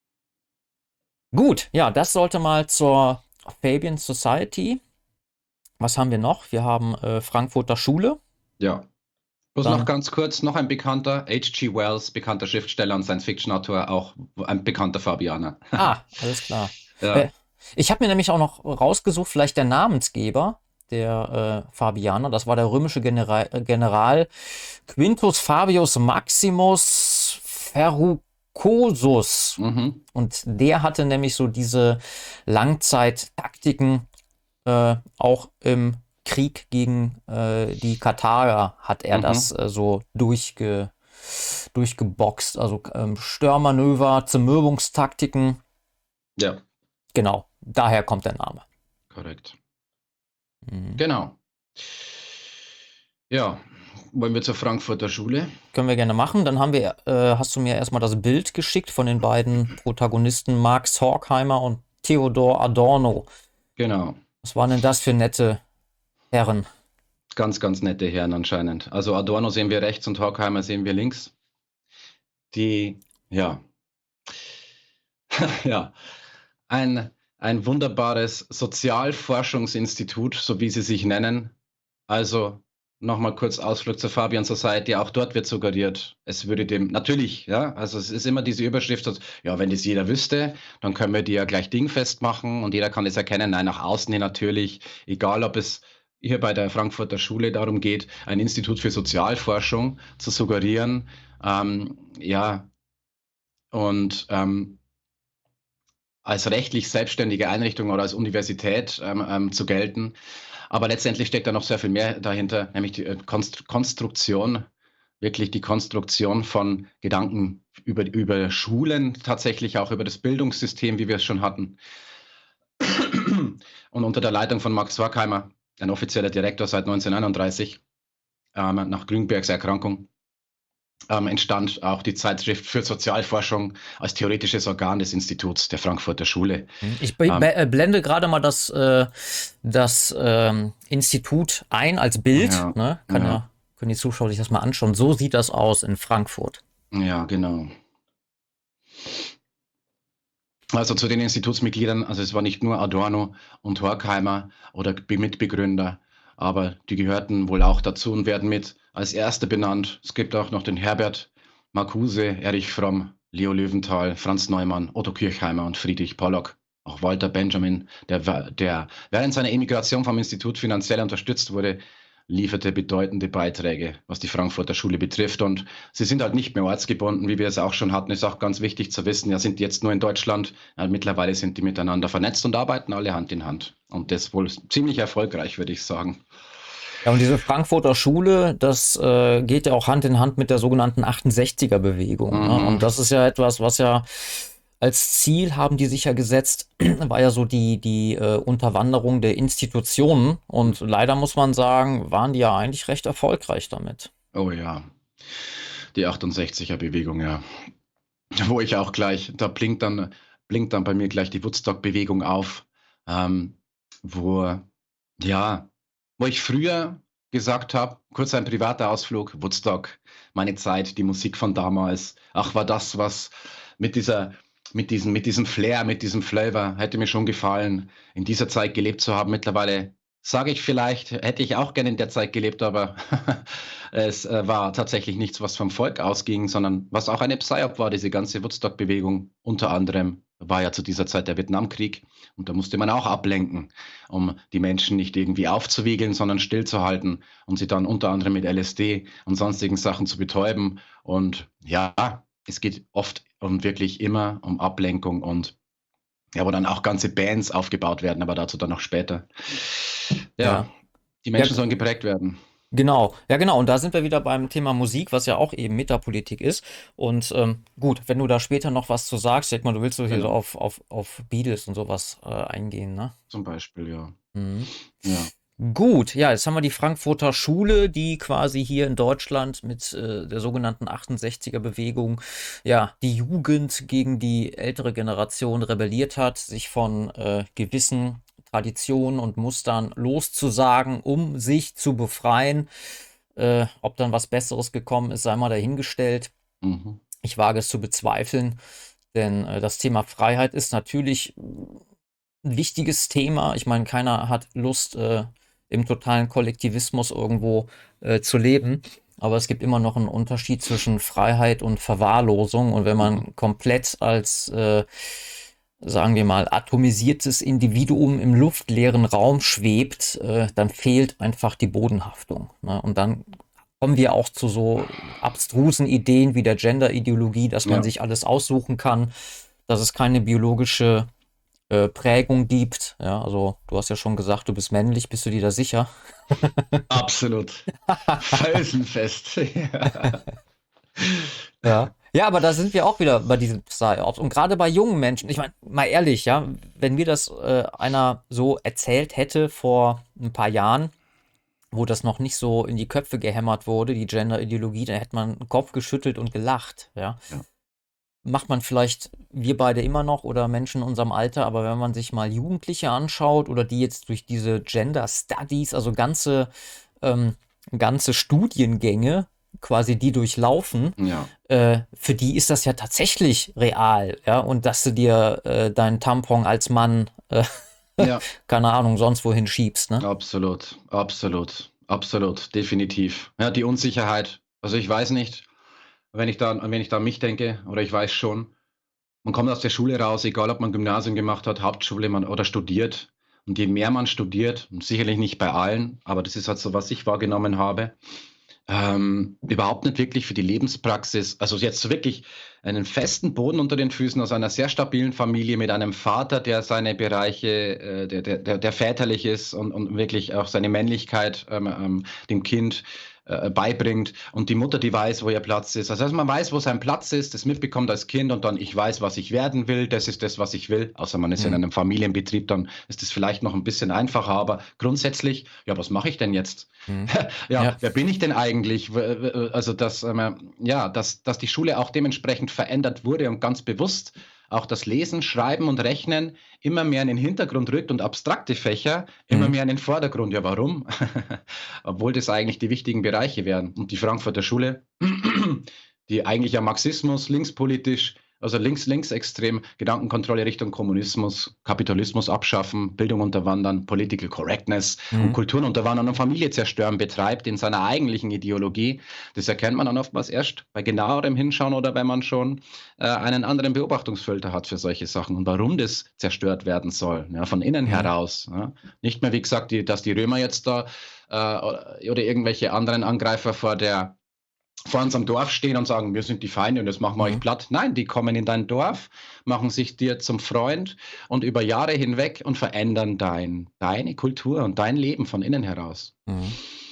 Gut, ja, das sollte mal zur Fabian Society. Was haben wir noch? Wir haben äh, Frankfurter Schule. Ja. Bloß noch Dann, ganz kurz, noch ein bekannter, H G. Wells, bekannter Schriftsteller und Science-Fiction-Autor, auch ein bekannter Fabianer. ah, alles klar. Äh, Ja, ich habe mir nämlich auch noch rausgesucht, vielleicht der Namensgeber der äh, Fabianer. Das war der römische General, äh, General Quintus Fabius Maximus Verrucosus. mhm. Und der hatte nämlich so diese Langzeittaktiken äh, auch im Krieg gegen äh, die Karthager hat er das Mhm. äh, so durchge, durchgeboxt. Also ähm, Störmanöver, Zermürbungstaktiken. Ja, Genau, daher kommt der Name. korrekt. Mhm. Genau. Ja, wollen wir zur Frankfurter Schule? Können wir gerne machen. Dann haben wir, äh, hast du mir erstmal das Bild geschickt von den beiden Protagonisten Max Horkheimer und Theodor Adorno. Genau. Was waren denn das für nette Herren? Ganz, ganz nette Herren anscheinend. Also Adorno sehen wir rechts und Horkheimer sehen wir links. Die, ja, ja, ein, ein wunderbares Sozialforschungsinstitut, so wie sie sich nennen. Also nochmal kurz Ausflug zur Fabian Society. Auch dort wird suggeriert, es würde dem, natürlich, ja, also es ist immer diese Überschrift, dass, ja, wenn das jeder wüsste, dann können wir die ja gleich dingfest machen und jeder kann es erkennen. Nein, nach außen hin natürlich, egal ob es hier bei der Frankfurter Schule darum geht, ein Institut für Sozialforschung zu suggerieren. Ähm, ja, und ähm, als rechtlich selbstständige Einrichtung oder als Universität ähm, ähm, zu gelten. Aber letztendlich steckt da noch sehr viel mehr dahinter, nämlich die äh, Konstru Konstruktion, wirklich die Konstruktion von Gedanken über, über Schulen, tatsächlich auch über das Bildungssystem, wie wir es schon hatten. Und unter der Leitung von Max Horkheimer, ein offizieller Direktor seit neunzehnhunderteinunddreißig, ähm, nach Grünbergs Erkrankung, ähm, entstand auch die Zeitschrift für Sozialforschung als theoretisches Organ des Instituts der Frankfurter Schule. Ich be- Ähm, be- äh, blende gerade mal das, äh, das ähm, Institut ein als Bild. ja, Ne? Kann ja, ja, können die Zuschauer sich das mal anschauen. So sieht das aus in Frankfurt. ja, genau. Also zu den Institutsmitgliedern, also es war nicht nur Adorno und Horkheimer oder Mitbegründer, aber die gehörten wohl auch dazu und werden mit als Erste benannt. Es gibt auch noch den Herbert Marcuse, Erich Fromm, Leo Löwenthal, Franz Neumann, Otto Kirchheimer und Friedrich Pollock. Auch Walter Benjamin, der, der während seiner Emigration vom Institut finanziell unterstützt wurde, lieferte bedeutende Beiträge, was die Frankfurter Schule betrifft. Und sie sind halt nicht mehr ortsgebunden, wie wir es auch schon hatten. Ist auch ganz wichtig zu wissen, ja, sind die jetzt nur in Deutschland. Ja, mittlerweile sind die miteinander vernetzt und arbeiten alle Hand in Hand. Und das wohl ziemlich erfolgreich, würde ich sagen. Ja, und diese Frankfurter Schule, das äh, geht ja auch Hand in Hand mit der sogenannten achtundsechziger-Bewegung. Ne? Mhm. Und das ist ja etwas, was ja als Ziel haben die sich ja gesetzt, war ja so die, die äh, Unterwanderung der Institutionen. Und leider muss man sagen, waren die ja eigentlich recht erfolgreich damit. Oh ja, die achtundsechziger-Bewegung, ja. Wo ich auch gleich, da blinkt dann, blinkt dann bei mir gleich die Woodstock-Bewegung auf, ähm, wo, ja, wo ich früher gesagt habe, kurz ein privater Ausflug, Woodstock, meine Zeit, die Musik von damals. Ach, war das was mit dieser, mit diesem, mit diesem Flair, mit diesem Flavor, hätte mir schon gefallen, in dieser Zeit gelebt zu haben. Mittlerweile sage ich vielleicht, hätte ich auch gerne in der Zeit gelebt, aber es äh, war tatsächlich nichts, was vom Volk ausging, sondern was auch eine Psyop war, diese ganze Woodstock-Bewegung. Unter anderem war ja zu dieser Zeit der Vietnamkrieg und da musste man auch ablenken, um die Menschen nicht irgendwie aufzuwiegeln, sondern stillzuhalten und sie dann unter anderem mit L S D und sonstigen Sachen zu betäuben. Und ja, es geht oft und wirklich immer um Ablenkung und ja, wo dann auch ganze Bands aufgebaut werden, aber dazu dann noch später. Ja, Ja. die Ja, Menschen sollen geprägt werden. genau, ja genau, und da sind wir wieder beim Thema Musik, was ja auch eben Metapolitik ist. Und ähm, gut, wenn du da später noch was zu sagst, ich denk mal, du willst so hier so Genau, auf, auf, auf Beatles und sowas äh, eingehen, ne? zum Beispiel, ja. Mhm. Ja. Gut, ja, jetzt haben wir die Frankfurter Schule, die quasi hier in Deutschland mit äh, der sogenannten achtundsechziger-Bewegung ja die Jugend gegen die ältere Generation rebelliert hat, sich von äh, gewissen Traditionen und Mustern loszusagen, um sich zu befreien. Äh, ob dann was Besseres gekommen ist, sei mal dahingestellt. Mhm. Ich wage es zu bezweifeln, denn äh, das Thema Freiheit ist natürlich ein wichtiges Thema. Ich meine, keiner hat Lust, äh, im totalen Kollektivismus irgendwo äh, zu leben. Aber es gibt immer noch einen Unterschied zwischen Freiheit und Verwahrlosung. Und wenn Mhm. man komplett als, äh, sagen wir mal, atomisiertes Individuum im luftleeren Raum schwebt, äh, dann fehlt einfach die Bodenhaftung. Ne? Und dann kommen wir auch zu so abstrusen Ideen wie der Gender-Ideologie, dass man Ja, sich alles aussuchen kann, dass es keine biologische äh, Prägung gibt. Ja, also du hast ja schon gesagt, du bist männlich, bist du dir da sicher? absolut. Felsenfest. Ja. Ja. Ja, aber da sind wir auch wieder bei diesen Psyops. Und gerade bei jungen Menschen, ich meine, mal ehrlich, ja, wenn mir das äh, einer so erzählt hätte vor ein paar Jahren, wo das noch nicht so in die Köpfe gehämmert wurde, die Gender-Ideologie, dann hätte man den Kopf geschüttelt und gelacht, ja. Ja. Macht man vielleicht wir beide immer noch oder Menschen in unserem Alter, aber wenn man sich mal Jugendliche anschaut oder die jetzt durch diese Gender Studies, also ganze, ähm, ganze Studiengänge quasi die durchlaufen, Ja. äh, für die ist das ja tatsächlich real, ja, und dass du dir äh, deinen Tampon als Mann, äh, Ja, keine Ahnung, sonst wohin schiebst, ne? absolut, absolut, absolut, definitiv. Ja, die Unsicherheit. Also ich weiß nicht, wenn ich da, wenn ich da an mich denke, oder ich weiß schon, man kommt aus der Schule raus, egal ob man Gymnasium gemacht hat, Hauptschule man, oder studiert. Und je mehr man studiert, und sicherlich nicht bei allen, aber das ist halt so, was ich wahrgenommen habe, ähm, überhaupt nicht wirklich für die Lebenspraxis, also jetzt wirklich einen festen Boden unter den Füßen aus einer sehr stabilen Familie mit einem Vater, der seine Bereiche, äh, der, der, der, der väterlich ist und, und wirklich auch seine Männlichkeit ähm, ähm, dem Kind äh, beibringt und die Mutter, die weiß, wo ihr Platz ist. Das heißt, man weiß, wo sein Platz ist, das mitbekommt als Kind und dann, ich weiß, was ich werden will, das ist das, was ich will, außer man ist in Hm. einem Familienbetrieb, dann ist das vielleicht noch ein bisschen einfacher, aber grundsätzlich, ja, was mache ich denn jetzt? Hm. Ja, Ja. wer bin ich denn eigentlich? Also, dass, ähm, ja, dass, dass die Schule auch dementsprechend verändert wurde und ganz bewusst auch das Lesen, Schreiben und Rechnen immer mehr in den Hintergrund rückt und abstrakte Fächer immer Hm. mehr in den Vordergrund. Ja, warum? Obwohl das eigentlich die wichtigen Bereiche wären. Und die Frankfurter Schule, die eigentlich ja Marxismus, linkspolitisch, also links, linksextrem, Gedankenkontrolle Richtung Kommunismus, Kapitalismus abschaffen, Bildung unterwandern, Political Correctness und Hm. Kulturen unterwandern und Familie zerstören betreibt in seiner eigentlichen Ideologie. Das erkennt man dann oftmals erst bei genauerem Hinschauen oder wenn man schon äh, einen anderen Beobachtungsfilter hat für solche Sachen und warum das zerstört werden soll, ja, von innen Hm. heraus. Ja. Nicht mehr, wie gesagt, die, dass die Römer jetzt da äh, oder irgendwelche anderen Angreifer vor der vor unserem Dorf stehen und sagen, wir sind die Feinde und das machen wir euch Hm. platt. Nein, die kommen in dein Dorf, machen sich dir zum Freund und über Jahre hinweg und verändern dein, deine Kultur und dein Leben von innen heraus. Hm.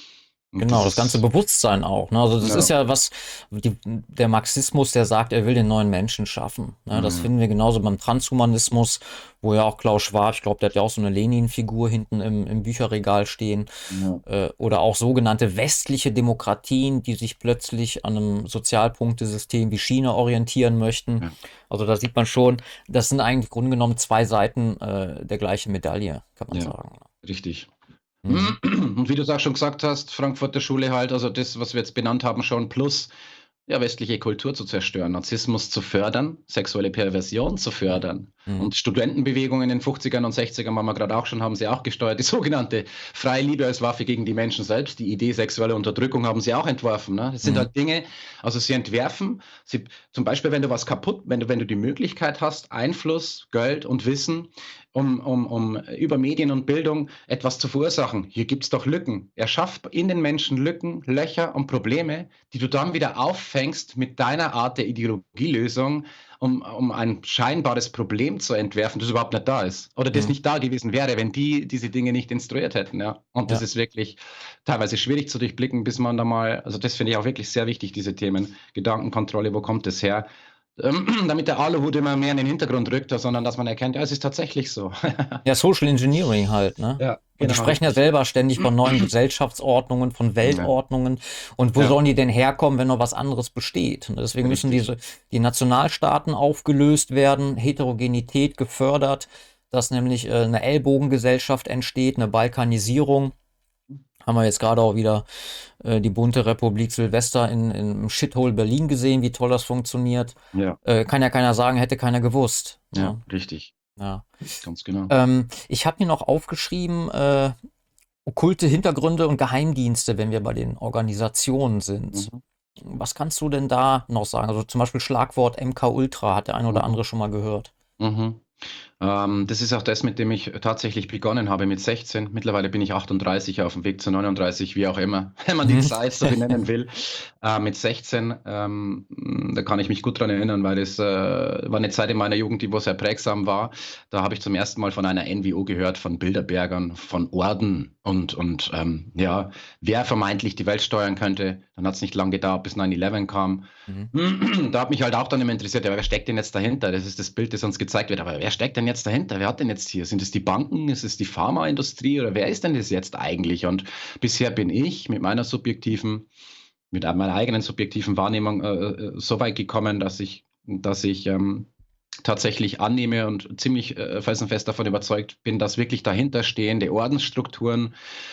Und Genau, das das ganze ist, Bewusstsein auch. Ne? Also das ist ja, ja was, die, der Marxismus, der sagt, er will den neuen Menschen schaffen. Ne? Das mhm, finden wir genauso beim Transhumanismus, wo ja auch Klaus Schwab, ich glaube, der hat ja auch so eine Lenin-Figur hinten im, im Bücherregal stehen. ja, Äh, oder auch sogenannte westliche Demokratien, die sich plötzlich an einem Sozialpunktesystem wie China orientieren möchten. ja, Also da sieht man schon, das sind eigentlich im Grunde genommen zwei Seiten äh, der gleichen Medaille, kann man ja, sagen. richtig. Mhm. Und wie du es auch schon gesagt hast, Frankfurter Schule halt, also das, was wir jetzt benannt haben, schon plus ja, westliche Kultur zu zerstören, Narzissmus zu fördern, sexuelle Perversion zu Mhm. fördern. Mhm. Und Studentenbewegungen in den fünfzigern und sechzigern, waren wir gerade auch schon, haben sie auch gesteuert. Die sogenannte freie Liebe als Waffe gegen die Menschen selbst, die Idee sexuelle Unterdrückung haben sie auch entworfen. Ne? Das sind Mhm. halt Dinge, also sie entwerfen, sie, zum Beispiel, wenn du was kaputt, wenn du, wenn du die Möglichkeit hast, Einfluss, Geld und Wissen, um, um, um über Medien und Bildung etwas zu verursachen. Hier gibt es doch Lücken. Er schafft in den Menschen Lücken, Löcher und Probleme, die du dann wieder auffängst mit deiner Art der Ideologielösung, um, um ein scheinbares Problem zu entwerfen, das überhaupt nicht da ist. Oder das Mhm. nicht da gewesen wäre, wenn die diese Dinge nicht instruiert hätten. Ja? Und das Ja. ist wirklich teilweise schwierig zu durchblicken, bis man da mal, also das finde ich auch wirklich sehr wichtig, diese Themen. Gedankenkontrolle, wo kommt das her? Ähm, damit der Aluhut immer mehr in den Hintergrund rückt, sondern dass man erkennt, ja, es ist tatsächlich so. Ja, Social Engineering halt, ne? Ja, Und die genau, sprechen ja richtig. selber ständig von neuen Gesellschaftsordnungen, von Ja, Weltordnungen. Und wo ja, sollen die denn herkommen, wenn noch was anderes besteht? Und deswegen müssen richtig. diese, die Nationalstaaten aufgelöst werden, Heterogenität gefördert, dass nämlich äh, eine Ellbogengesellschaft entsteht, eine Balkanisierung. Haben wir jetzt gerade auch wieder äh, die bunte Republik Silvester in, im Shithole Berlin gesehen, wie toll das funktioniert. Ja, Äh, kann ja keiner sagen, hätte keiner gewusst. ja, Ne? richtig. Ja. Ganz genau. Ähm, ich habe mir noch aufgeschrieben, äh, okkulte Hintergründe und Geheimdienste, wenn wir bei den Organisationen sind. Mhm. Was kannst du denn da noch sagen? Also zum Beispiel Schlagwort M K Ultra hat der ein oder Mhm. andere schon mal gehört. Mhm. Ähm, das ist auch das, mit dem ich tatsächlich begonnen habe mit sechzehn. Mittlerweile bin ich achtunddreißig, auf dem Weg zu neununddreißig, wie auch immer, wenn man die Mhm. Zeit so benennen will. Äh, mit sechzehn, ähm, da kann ich mich gut dran erinnern, weil das äh, war eine Zeit in meiner Jugend, die wo sehr prägsam war. Da habe ich zum ersten Mal von einer N W O gehört, von Bilderbergern, von Orden und, und ähm, ja, wer vermeintlich die Welt steuern könnte. Dann hat es nicht lange gedauert, bis neun elf kam. Mhm. Da hat mich halt auch dann immer interessiert, ja, wer steckt denn jetzt dahinter? Das ist das Bild, das uns gezeigt wird. Aber wer steckt denn jetzt dahinter? Wer hat denn jetzt hier? Sind es die Banken? Ist es die Pharmaindustrie? Oder wer ist denn das jetzt eigentlich? Und bisher bin ich mit meiner subjektiven, mit meiner eigenen subjektiven Wahrnehmung äh, äh, so weit gekommen, dass ich, dass ich ähm, tatsächlich annehme und ziemlich äh, felsenfest davon überzeugt bin, dass wirklich dahinter stehende Ordensstrukturen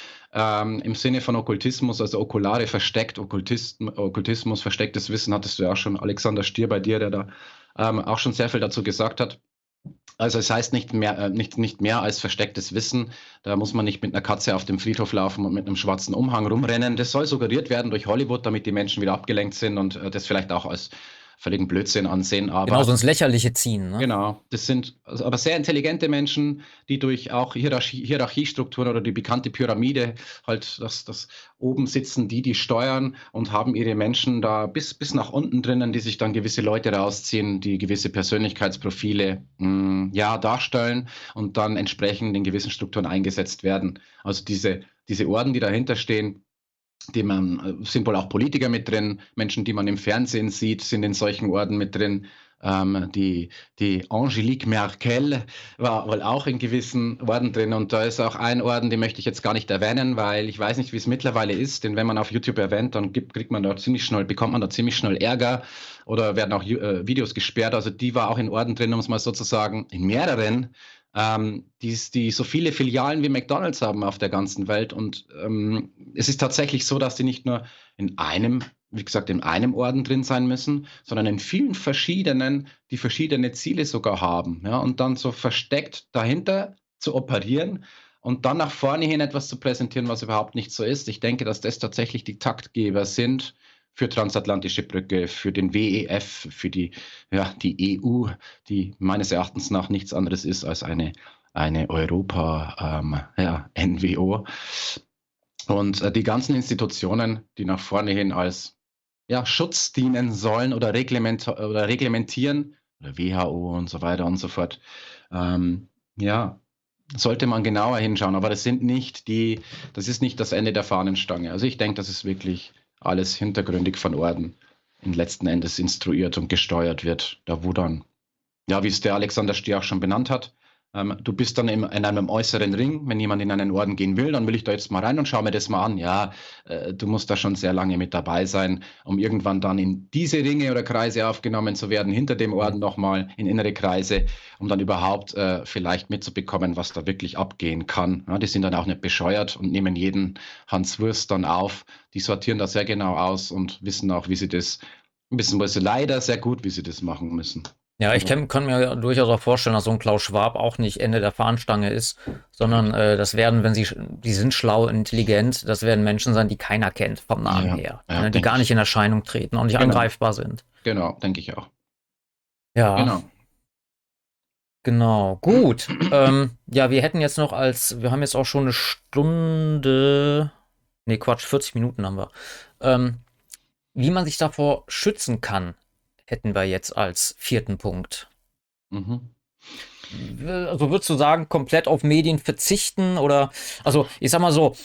ähm, im Sinne von Okkultismus, also Okulare versteckt, Okkultisten, Okkultismus, verstecktes Wissen, hattest du ja auch schon, Alexander Stier bei dir, der da ähm, auch schon sehr viel dazu gesagt hat. Also es heißt nicht mehr, äh, nicht, nicht mehr als verstecktes Wissen. Da muss man nicht mit einer Katze auf dem Friedhof laufen und mit einem schwarzen Umhang rumrennen. Das soll suggeriert werden durch Hollywood, damit die Menschen wieder abgelenkt sind und äh, das vielleicht auch als völligen Blödsinn ansehen. Genau, Aber so ins Lächerliche ziehen, ne? genau, das sind also aber sehr intelligente Menschen, die durch auch Hierarchie, Hierarchiestrukturen oder die bekannte Pyramide halt das, das oben sitzen, die die steuern und haben ihre Menschen da bis, bis nach unten drinnen, die sich dann gewisse Leute rausziehen, die gewisse Persönlichkeitsprofile mh, ja, darstellen und dann entsprechend in gewissen Strukturen eingesetzt werden. Also diese, diese Orden, die dahinter stehen, die man, äh, sind wohl auch Politiker mit drin, Menschen, die man im Fernsehen sieht, sind in solchen Orden mit drin. Ähm, die, die Angelique Merkel war wohl auch in gewissen Orden drin und da ist auch ein Orden, den möchte ich jetzt gar nicht erwähnen, weil ich weiß nicht, wie es mittlerweile ist, denn wenn man auf YouTube erwähnt, dann gibt, kriegt man da ziemlich schnell, bekommt man da ziemlich schnell Ärger oder werden auch äh, Videos gesperrt. Also die war auch in Orden drin, um es mal sozusagen in mehreren, ähm, die, die so viele Filialen wie McDonald's haben auf der ganzen Welt. Und ähm, es ist tatsächlich so, dass die nicht nur in einem, wie gesagt, in einem Orden drin sein müssen, sondern in vielen verschiedenen, die verschiedene Ziele sogar haben. Ja, und dann so versteckt dahinter zu operieren und dann nach vorne hin etwas zu präsentieren, was überhaupt nicht so ist. Ich denke, dass das tatsächlich die Taktgeber sind für transatlantische Brücke, für den W E F, für die, ja, die E U, die meines Erachtens nach nichts anderes ist als eine, eine Europa, ähm, ja, N W O. Und äh, die ganzen Institutionen, die nach vorne hin als ja, Schutz dienen sollen oder, reglement oder reglementieren, oder W H O und so weiter und so fort, ähm, ja, sollte man genauer hinschauen. Aber das sind nicht die, das ist nicht das Ende der Fahnenstange. Also ich denke, das ist wirklich alles hintergründig von Orden in letzten Endes instruiert und gesteuert wird. Da wo dann, ja, wie es der Alexander Stier auch schon benannt hat, ähm, du bist dann im, in einem äußeren Ring. Wenn jemand in einen Orden gehen will, dann will ich da jetzt mal rein und schau mir das mal an. Ja, äh, du musst da schon sehr lange mit dabei sein, um irgendwann dann in diese Ringe oder Kreise aufgenommen zu werden, hinter dem Orden nochmal in innere Kreise, um dann überhaupt äh, vielleicht mitzubekommen, was da wirklich abgehen kann. Ja, die sind dann auch nicht bescheuert und nehmen jeden Hans Wurst dann auf. Die sortieren das sehr genau aus und wissen auch, wie sie das, wissen wir leider sehr gut, wie sie das machen müssen. Ja, ich kann, kann mir durchaus auch vorstellen, dass so ein Klaus Schwab auch nicht Ende der Fahnenstange ist, sondern äh, das werden, wenn sie, die sind schlau, intelligent, das werden Menschen sein, die keiner kennt vom Namen Ja, her, ja, ne, die denk gar ich. nicht in Erscheinung treten und nicht Genau. angreifbar sind. Genau, denke ich auch. Ja, Genau. genau. Gut. ähm, ja, wir hätten jetzt noch als, wir haben jetzt auch schon eine Stunde, nee, Quatsch, vierzig Minuten haben wir. Ähm, wie man sich davor schützen kann, hätten wir jetzt als vierten Punkt. Mhm. Also würdest du sagen, komplett auf Medien verzichten oder, also ich sag mal so,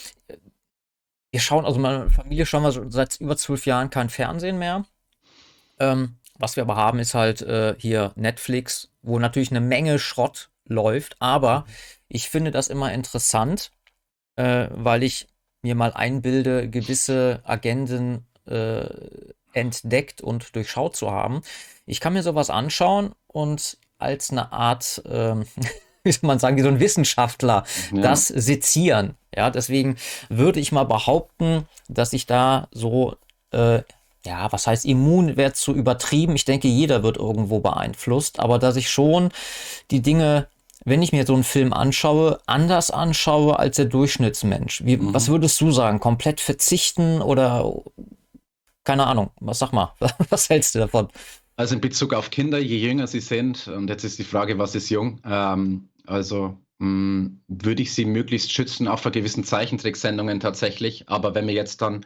wir schauen, also meine Familie schauen wir so seit über zwölf Jahren kein Fernsehen mehr. Ähm, was wir aber haben, ist halt äh, hier Netflix, wo natürlich eine Menge Schrott läuft, aber ich finde das immer interessant, äh, weil ich mir mal einbilde, gewisse Agenden äh, entdeckt und durchschaut zu haben. Ich kann mir sowas anschauen und als eine Art, ähm, wie soll man sagen, wie so ein Wissenschaftler Ja. das sezieren. Ja, deswegen würde ich mal behaupten, dass ich da so, äh, ja, was heißt immun, wäre zu übertrieben. Ich denke, jeder wird irgendwo beeinflusst, aber dass ich schon die Dinge, wenn ich mir so einen Film anschaue, anders anschaue als der Durchschnittsmensch. Wie, Mhm. Was würdest du sagen? Komplett verzichten oder keine Ahnung? Was sag mal? Was hältst du davon? Also in Bezug auf Kinder, je jünger sie sind, und jetzt ist die Frage, was ist jung? Ähm, also mh, würde ich sie möglichst schützen, auch vor gewissen Zeichentricksendungen tatsächlich. Aber wenn wir jetzt dann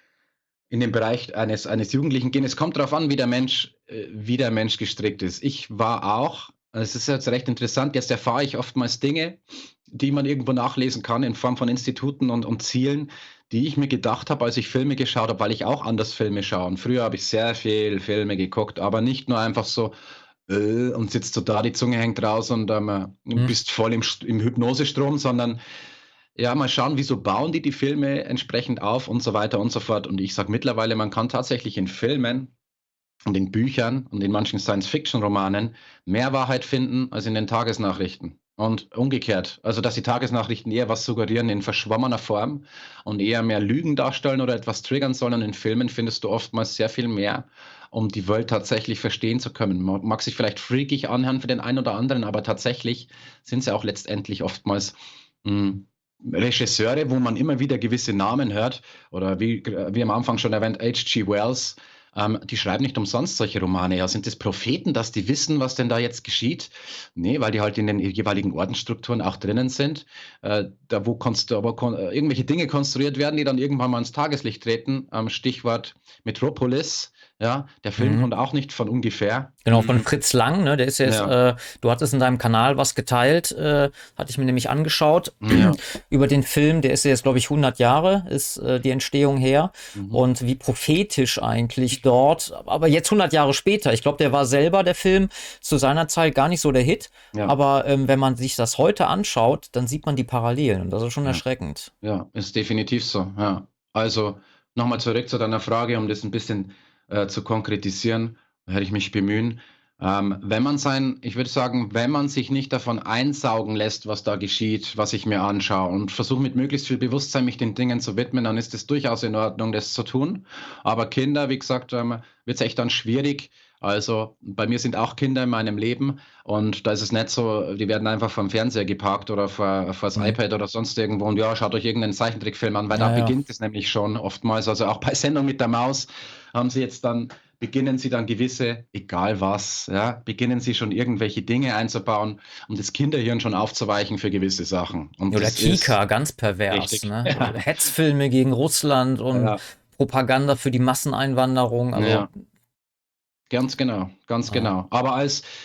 in den Bereich eines, eines Jugendlichen gehen, es kommt darauf an, wie der Mensch, äh, wie der Mensch gestrickt ist. Ich war auch, es ist jetzt recht interessant, jetzt erfahre ich oftmals Dinge, die man irgendwo nachlesen kann in Form von Instituten und, und Zielen, die ich mir gedacht habe, als ich Filme geschaut habe, weil ich auch anders Filme schaue. Und früher habe ich sehr viel Filme geguckt, aber nicht nur einfach so äh, und sitzt so da, die Zunge hängt raus und ähm, Hm. bist voll im, im Hypnosestrom, sondern ja, mal schauen, wieso bauen die die Filme entsprechend auf und so weiter und so fort. Und ich sage mittlerweile, man kann tatsächlich in Filmen und in Büchern und in manchen Science-Fiction-Romanen mehr Wahrheit finden als in den Tagesnachrichten. Und umgekehrt, also dass die Tagesnachrichten eher was suggerieren in verschwommener Form und eher mehr Lügen darstellen oder etwas triggern sollen. Und in Filmen findest du oftmals sehr viel mehr, um die Welt tatsächlich verstehen zu können. Mag sich vielleicht freakig anhören für den einen oder anderen, aber tatsächlich sind sie auch letztendlich oftmals mh, Regisseure, wo man immer wieder gewisse Namen hört, oder wie, wie am Anfang schon erwähnt, H G Wells, ähm, die schreiben nicht umsonst solche Romane. Ja, sind das Propheten, dass die wissen, was denn da jetzt geschieht? Nee, weil die halt in den jeweiligen Ordensstrukturen auch drinnen sind, äh, da wo, konstru wo kon äh, irgendwelche Dinge konstruiert werden, die dann irgendwann mal ins Tageslicht treten. Ähm, Stichwort Metropolis. Ja, der Film Mhm. kommt auch nicht von ungefähr. Genau, von Fritz Lang, ne? Der ist jetzt, Ja. äh, du hattest in deinem Kanal was geteilt, äh, hatte ich mir nämlich angeschaut, Ja. über den Film, der ist jetzt, glaube ich, hundert Jahre, ist äh, die Entstehung her. Mhm. Und wie prophetisch eigentlich dort, aber jetzt hundert Jahre später, ich glaube, der war selber, der Film, zu seiner Zeit gar nicht so der Hit. Ja. Aber ähm, wenn man sich das heute anschaut, dann sieht man die Parallelen und das ist schon Ja. erschreckend. Ja, ist definitiv so. Ja. Also nochmal zurück zu deiner Frage, um das ein bisschen äh, zu konkretisieren, werde ich mich bemühen. Ähm, wenn man sein, ich würde sagen, wenn man sich nicht davon einsaugen lässt, was da geschieht, was ich mir anschaue und versuche mit möglichst viel Bewusstsein mich den Dingen zu widmen, dann ist es durchaus in Ordnung, das zu tun. Aber Kinder, wie gesagt, ähm, wird es echt dann schwierig. Also bei mir sind auch Kinder in meinem Leben und da ist es nicht so, die werden einfach vom Fernseher geparkt oder vor, vor das Mhm. iPad oder sonst irgendwo und ja, schaut euch irgendeinen Zeichentrickfilm an, weil Ja, da ja. beginnt es nämlich schon oftmals. Also auch bei Sendung mit der Maus haben sie jetzt dann, beginnen sie dann gewisse, egal was, ja, beginnen sie schon irgendwelche Dinge einzubauen, um das Kinderhirn schon aufzuweichen für gewisse Sachen. Und Oder das Kika, ist ganz pervers, richtig. ne? Ja. Hetzfilme gegen Russland und Ja. Propaganda für die Masseneinwanderung, also Ja. Ganz genau, ganz ja. genau. Aber als,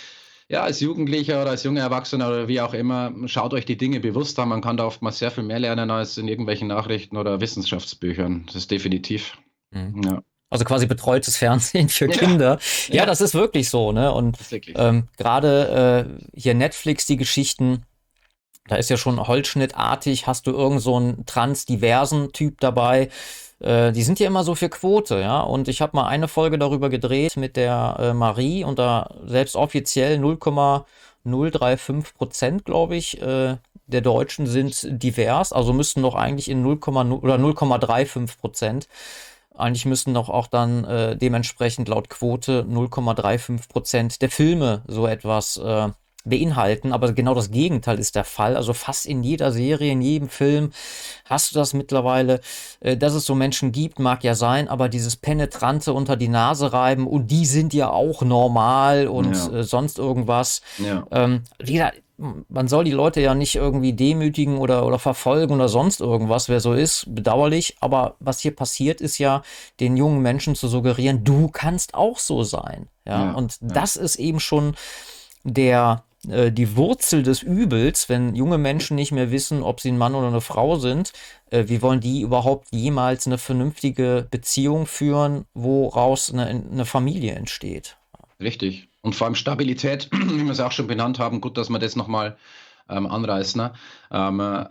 ja, als Jugendlicher oder als junger Erwachsener oder wie auch immer, schaut euch die Dinge bewusst an. Man kann da oftmals sehr viel mehr lernen als in irgendwelchen Nachrichten oder Wissenschaftsbüchern. Das ist definitiv. Mhm. Ja, Also quasi betreutes Fernsehen für ja, Kinder. Ja, ja, das ist wirklich so, ne? Und das ist wirklich so. ähm, gerade äh, hier Netflix, die Geschichten, da ist ja schon holzschnittartig, hast du irgend so einen transdiversen Typ dabei. Äh, die sind ja immer so für Quote, ja. Und ich habe mal eine Folge darüber gedreht mit der äh, Marie und da selbst offiziell null Komma null drei fünf Prozent, glaube ich, äh, der Deutschen sind divers, also müssten doch eigentlich in null Komma null oder null Komma fünfunddreißig Prozent. Eigentlich müssten doch auch dann äh, dementsprechend laut Quote null Komma fünfunddreißig Prozent der Filme so etwas äh, beinhalten, aber genau das Gegenteil ist der Fall. Also fast in jeder Serie, in jedem Film hast du das mittlerweile. Äh, dass es so Menschen gibt, mag ja sein, aber dieses penetrante unter die Nase reiben und die sind ja auch normal und Ja, äh, sonst irgendwas. ja, Ähm, wie gesagt, man soll die Leute ja nicht irgendwie demütigen oder, oder verfolgen oder sonst irgendwas, wer so ist, bedauerlich. Aber was hier passiert, ist ja, den jungen Menschen zu suggerieren, du kannst auch so sein. Ja, ja, und ja. das ist eben schon der, äh, die Wurzel des Übels, wenn junge Menschen nicht mehr wissen, ob sie ein Mann oder eine Frau sind. Äh, wie wollen die überhaupt jemals eine vernünftige Beziehung führen, woraus eine, eine Familie entsteht? Richtig. Und vor allem Stabilität, wie wir es auch schon benannt haben, gut, dass wir das nochmal ähm, anreißen, ne? ähm, äh,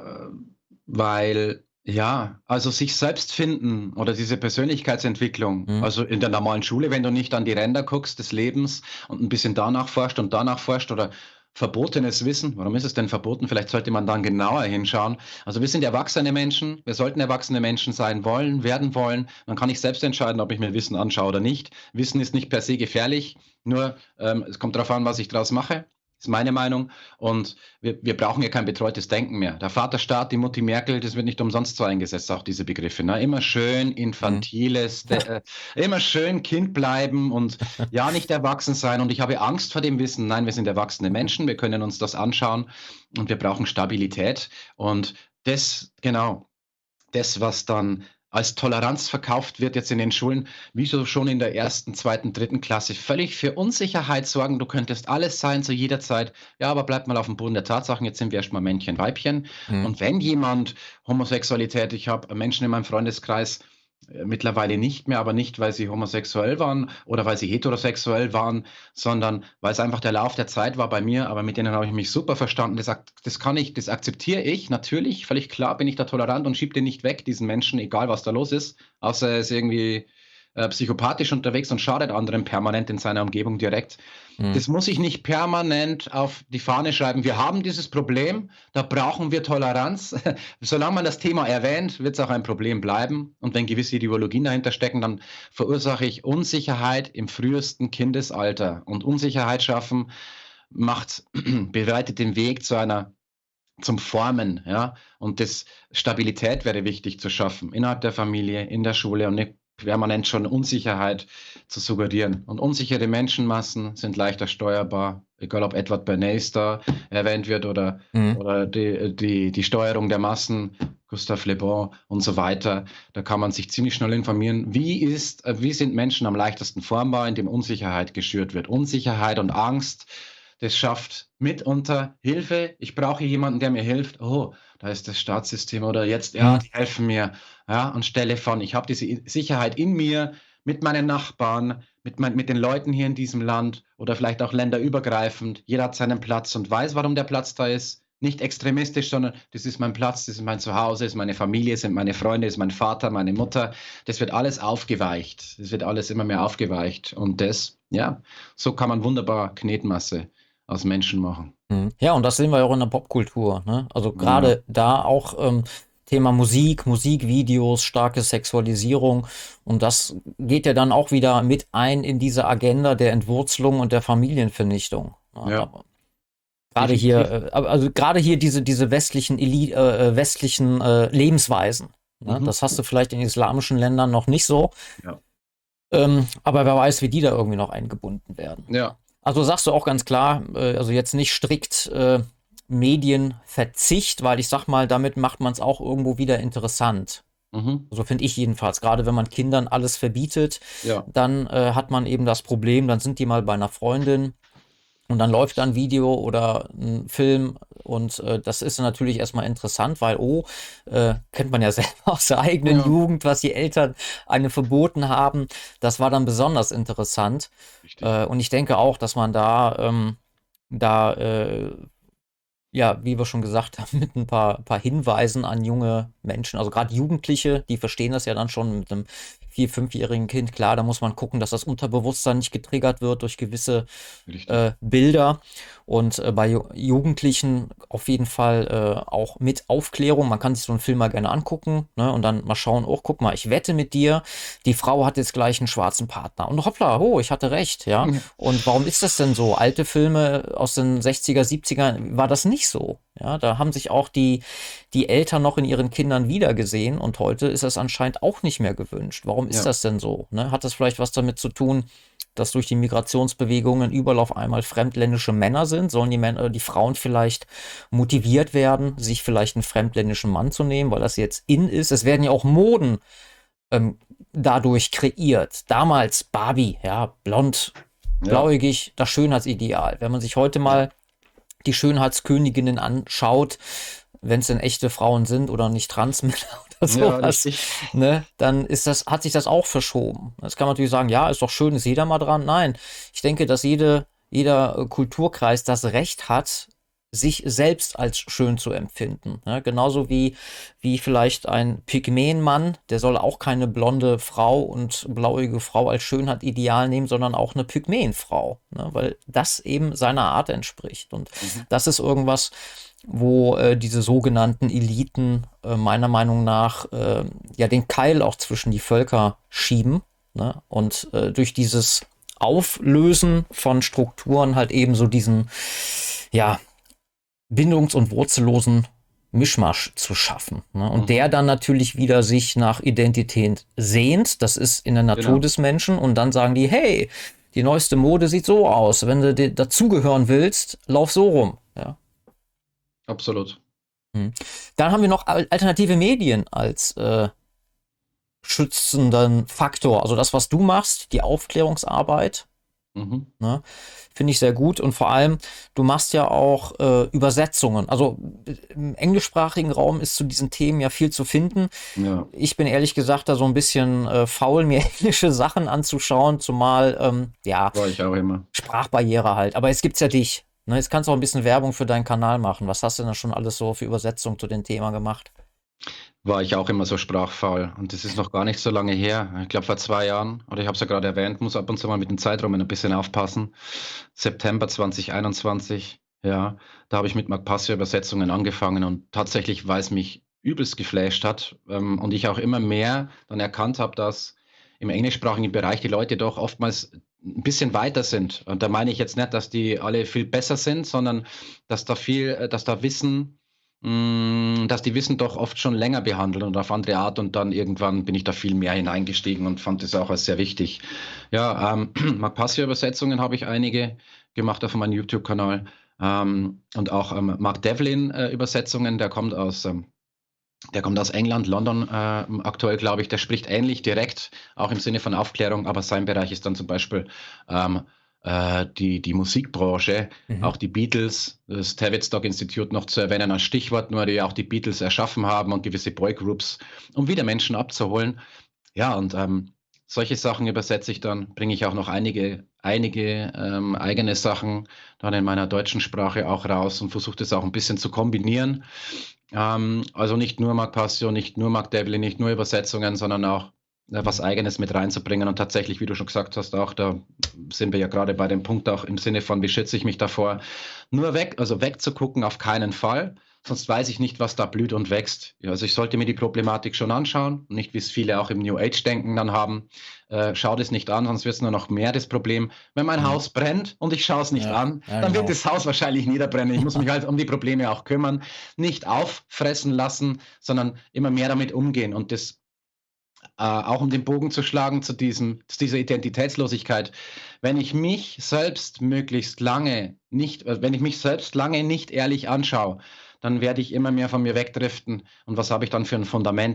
weil, ja, also sich selbst finden oder diese Persönlichkeitsentwicklung, Hm? also in der normalen Schule, wenn du nicht an die Ränder guckst des Lebens und ein bisschen danach forscht und danach forscht oder verbotenes Wissen, warum ist es denn verboten? Vielleicht sollte man dann genauer hinschauen. Also wir sind erwachsene Menschen, wir sollten erwachsene Menschen sein wollen, werden wollen. Dann kann ich selbst entscheiden, ob ich mir Wissen anschaue oder nicht. Wissen ist nicht per se gefährlich, nur ähm, es kommt darauf an, was ich daraus mache. Das ist meine Meinung. Und wir, wir brauchen ja kein betreutes Denken mehr. Der Vaterstaat, die Mutti Merkel, das wird nicht umsonst so eingesetzt, auch diese Begriffe. Ne? Immer schön infantiles, Hm. äh, immer schön Kind bleiben und ja, nicht erwachsen sein. Und ich habe Angst vor dem Wissen. Nein, wir sind erwachsene Menschen, wir können uns das anschauen und wir brauchen Stabilität. Und das, genau, das, was dann als Toleranz verkauft wird jetzt in den Schulen, wie so schon in der ersten, zweiten, dritten Klasse, völlig für Unsicherheit sorgen. Du könntest alles sein zu jeder Zeit. Ja, aber bleib mal auf dem Boden der Tatsachen. Jetzt sind wir erstmal Männchen, Weibchen. Hm. Und wenn jemand Homosexualität, ich habe Menschen in meinem Freundeskreis, äh, mittlerweile nicht mehr, aber nicht, weil sie homosexuell waren oder weil sie heterosexuell waren, sondern weil es einfach der Lauf der Zeit war bei mir, aber mit denen habe ich mich super verstanden. Das, das kann ich, das akzeptiere ich natürlich, völlig klar bin ich da tolerant und schiebe den nicht weg, diesen Menschen, egal was da los ist, außer er ist irgendwie äh, psychopathisch unterwegs und schadet anderen permanent in seiner Umgebung direkt. Hm. Das muss ich nicht permanent auf die Fahne schreiben. Wir haben dieses Problem, da brauchen wir Toleranz. Solange man das Thema erwähnt, wird es auch ein Problem bleiben. Und wenn gewisse Ideologien dahinter stecken, dann verursache ich Unsicherheit im frühesten Kindesalter. Und Unsicherheit schaffen macht, bereitet den Weg zu einer zum Formen, ja. Und das Stabilität wäre wichtig zu schaffen innerhalb der Familie, in der Schule und nicht permanent schon Unsicherheit zu suggerieren. Und unsichere Menschenmassen sind leichter steuerbar, egal ob Edward Bernays da erwähnt wird oder, Hm. oder die, die, die Steuerung der Massen, Gustave Le Bon und so weiter. Da kann man sich ziemlich schnell informieren, wie, ist, wie sind Menschen am leichtesten formbar, indem Unsicherheit geschürt wird. Unsicherheit und Angst, das schafft mitunter Hilfe. Ich brauche jemanden, der mir hilft. Oh, da ist das Staatssystem oder jetzt, ja, Hm. die helfen mir. Ja, anstelle von, ich habe diese Sicherheit in mir, mit meinen Nachbarn, mit, mein, mit den Leuten hier in diesem Land oder vielleicht auch länderübergreifend. Jeder hat seinen Platz und weiß, warum der Platz da ist. Nicht extremistisch, sondern das ist mein Platz, das ist mein Zuhause, das ist meine Familie, das sind meine Freunde, das ist mein Vater, meine Mutter. Das wird alles aufgeweicht. Das wird alles immer mehr aufgeweicht. Und das, ja, so kann man wunderbar Knetmasse aus Menschen machen. Hm. Ja, und das sehen wir ja auch in der Popkultur, ne? Also Ja, gerade da auch ähm, Thema Musik, Musikvideos, starke Sexualisierung. Und das geht ja dann auch wieder mit ein in diese Agenda der Entwurzelung und der Familienvernichtung. Ja, ja, da- gerade hier, definitiv. äh, also gerade hier diese, diese westlichen Eli äh, äh, westlichen äh, Lebensweisen. Ne? Mhm. Das hast du vielleicht in islamischen Ländern noch nicht so. Ja. Ähm, aber wer weiß, wie die da irgendwie noch eingebunden werden. Ja. Also sagst du auch ganz klar, äh, also jetzt nicht strikt äh, Medienverzicht, weil ich sag mal, damit macht man es auch irgendwo wieder interessant. Mhm. So finde ich jedenfalls. Gerade wenn man Kindern alles verbietet, Ja. dann äh, hat man eben das Problem, dann sind die mal bei einer Freundin Und dann läuft da ein Video oder ein Film und äh, das ist natürlich erstmal interessant, weil, oh, äh, kennt man ja selber aus der eigenen Ja, Jugend, was die Eltern einem verboten haben. Das war dann besonders interessant. richtig. Äh, und ich denke auch, dass man da, ähm, da äh, ja, wie wir schon gesagt haben, mit ein paar, paar Hinweisen an junge Menschen, also gerade Jugendliche, die verstehen das ja dann schon mit einem vier-, fünfjährigen Kind. Klar, da muss man gucken, dass das Unterbewusstsein nicht getriggert wird durch gewisse äh, Richtig. Bilder. Und äh, bei Ju Jugendlichen auf jeden Fall äh, auch mit Aufklärung. Man kann sich so einen Film mal gerne angucken, ne, und dann mal schauen, oh, guck mal, ich wette mit dir, die Frau hat jetzt gleich einen schwarzen Partner. Und hoppla, oh, ich hatte recht, ja. Und warum ist das denn so? Alte Filme aus den sechziger, siebziger war das nicht so. Ja, da haben sich auch die, die Eltern noch in ihren Kindern wiedergesehen und heute ist das anscheinend auch nicht mehr gewünscht. Warum ist Ja, das denn so? Ne? Hat das vielleicht was damit zu tun, dass durch die Migrationsbewegungen überall auf einmal fremdländische Männer sind? Sollen die Männer, die Frauen vielleicht motiviert werden, sich vielleicht einen fremdländischen Mann zu nehmen, weil das jetzt in ist? Es werden ja auch Moden ähm, dadurch kreiert. Damals Barbie, ja, blond, ja, blauäugig, das Schönheitsideal. Wenn man sich heute ja, mal die Schönheitsköniginnen anschaut, wenn es denn echte Frauen sind oder nicht Transmänner oder ja, sowas, richtig. ne, dann ist das, hat sich das auch verschoben. Das kann man natürlich sagen, ja, ist doch schön, ist jeder mal dran. Nein, ich denke, dass jede, jeder äh, Kulturkreis das Recht hat, sich selbst als schön zu empfinden. Ne? Genauso wie, wie vielleicht ein Pygmäenmann, der soll auch keine blonde Frau und blauäugige Frau als Schönheitsideal nehmen, sondern auch eine Pygmäenfrau, ne? Weil das eben seiner Art entspricht. Und Mhm. das ist irgendwas, wo äh, diese sogenannten Eliten äh, meiner Meinung nach äh, ja den Keil auch zwischen die Völker schieben, ne? Und äh, durch dieses Auflösen von Strukturen halt eben so diesen, ja, bindungs- und wurzellosen Mischmasch zu schaffen. Ne? Und Mhm. der dann natürlich wieder sich nach Identität sehnt. Das ist in der Natur Genau, des Menschen. Und dann sagen die, hey, die neueste Mode sieht so aus. Wenn du dir dazugehören willst, lauf so rum. Ja. absolut. Hm. Dann haben wir noch alternative Medien als äh, schützenden Faktor. Also das, was du machst, die Aufklärungsarbeit. Mhm. Ne? Finde ich sehr gut und vor allem, du machst ja auch äh, Übersetzungen. Also im englischsprachigen Raum ist zu diesen Themen ja viel zu finden. Ja, Ich bin ehrlich gesagt da so ein bisschen äh, faul, mir englische Sachen anzuschauen, zumal, ähm, ja, war ich auch immer. Sprachbarriere halt. Aber jetzt gibt's ja dich. Ne? Jetzt kannst du auch ein bisschen Werbung für deinen Kanal machen. Was hast du denn da schon alles so für Übersetzungen zu dem Thema gemacht? War ich auch immer so sprachfaul. Und das ist noch gar nicht so lange her. Ich glaube vor zwei Jahren, oder ich habe es ja gerade erwähnt, muss ab und zu mal mit den Zeitrahmen ein bisschen aufpassen. September zwanzig einundzwanzig, ja, da habe ich mit Mark Passio Übersetzungen angefangen und tatsächlich, weil es mich übelst geflasht hat ähm, und ich auch immer mehr dann erkannt habe, dass im englischsprachigen Bereich die Leute doch oftmals ein bisschen weiter sind. Und da meine ich jetzt nicht, dass die alle viel besser sind, sondern dass da viel, äh, dass da Wissen hm, dass die Wissen doch oft schon länger behandeln und auf andere Art und dann irgendwann bin ich da viel mehr hineingestiegen und fand das auch als sehr wichtig. Ja, ähm, Mark Passio-Übersetzungen habe ich einige gemacht auf meinem YouTube-Kanal ähm, und auch ähm, Mark Devlin-Übersetzungen, der kommt aus, ähm, der kommt aus England, London äh, aktuell, glaube ich, der spricht ähnlich direkt, auch im Sinne von Aufklärung, aber sein Bereich ist dann zum Beispiel ähm, äh, die, die Musikbranche, Mhm. auch die Beatles, das Tavistock Institute noch zu erwähnen als Stichwort, nur die auch die Beatles erschaffen haben und gewisse Boygroups, um wieder Menschen abzuholen. Ja, und ähm, solche Sachen übersetze ich dann, bringe ich auch noch einige, einige ähm, eigene Sachen dann in meiner deutschen Sprache auch raus und versuche das auch ein bisschen zu kombinieren. Ähm, also nicht nur Mark Passio, nicht nur Mark Devlin, nicht nur Übersetzungen, sondern auch äh, was Eigenes mit reinzubringen. Und tatsächlich, wie du schon gesagt hast, auch da sind wir ja gerade bei dem Punkt auch im Sinne von, wie schütze ich mich davor, nur weg, also wegzugucken auf keinen Fall. Sonst weiß ich nicht, was da blüht und wächst. Ja, also ich sollte mir die Problematik schon anschauen, nicht wie es viele auch im New Age-Denken dann haben. Äh, schau das nicht an, sonst wird es nur noch mehr das Problem. Wenn mein Mhm. Haus brennt und ich schaue es nicht Ja, an, ja, dann wird genau. das Haus wahrscheinlich niederbrennen. Ich muss mich halt um die Probleme auch kümmern, nicht auffressen lassen, sondern immer mehr damit umgehen und das äh, auch um den Bogen zu schlagen zu diesem, zu dieser Identitätslosigkeit. Wenn ich mich selbst möglichst lange nicht, äh, wenn ich mich selbst lange nicht ehrlich anschaue, dann werde ich immer mehr von mir wegdriften. Und was habe ich dann für ein Fundament?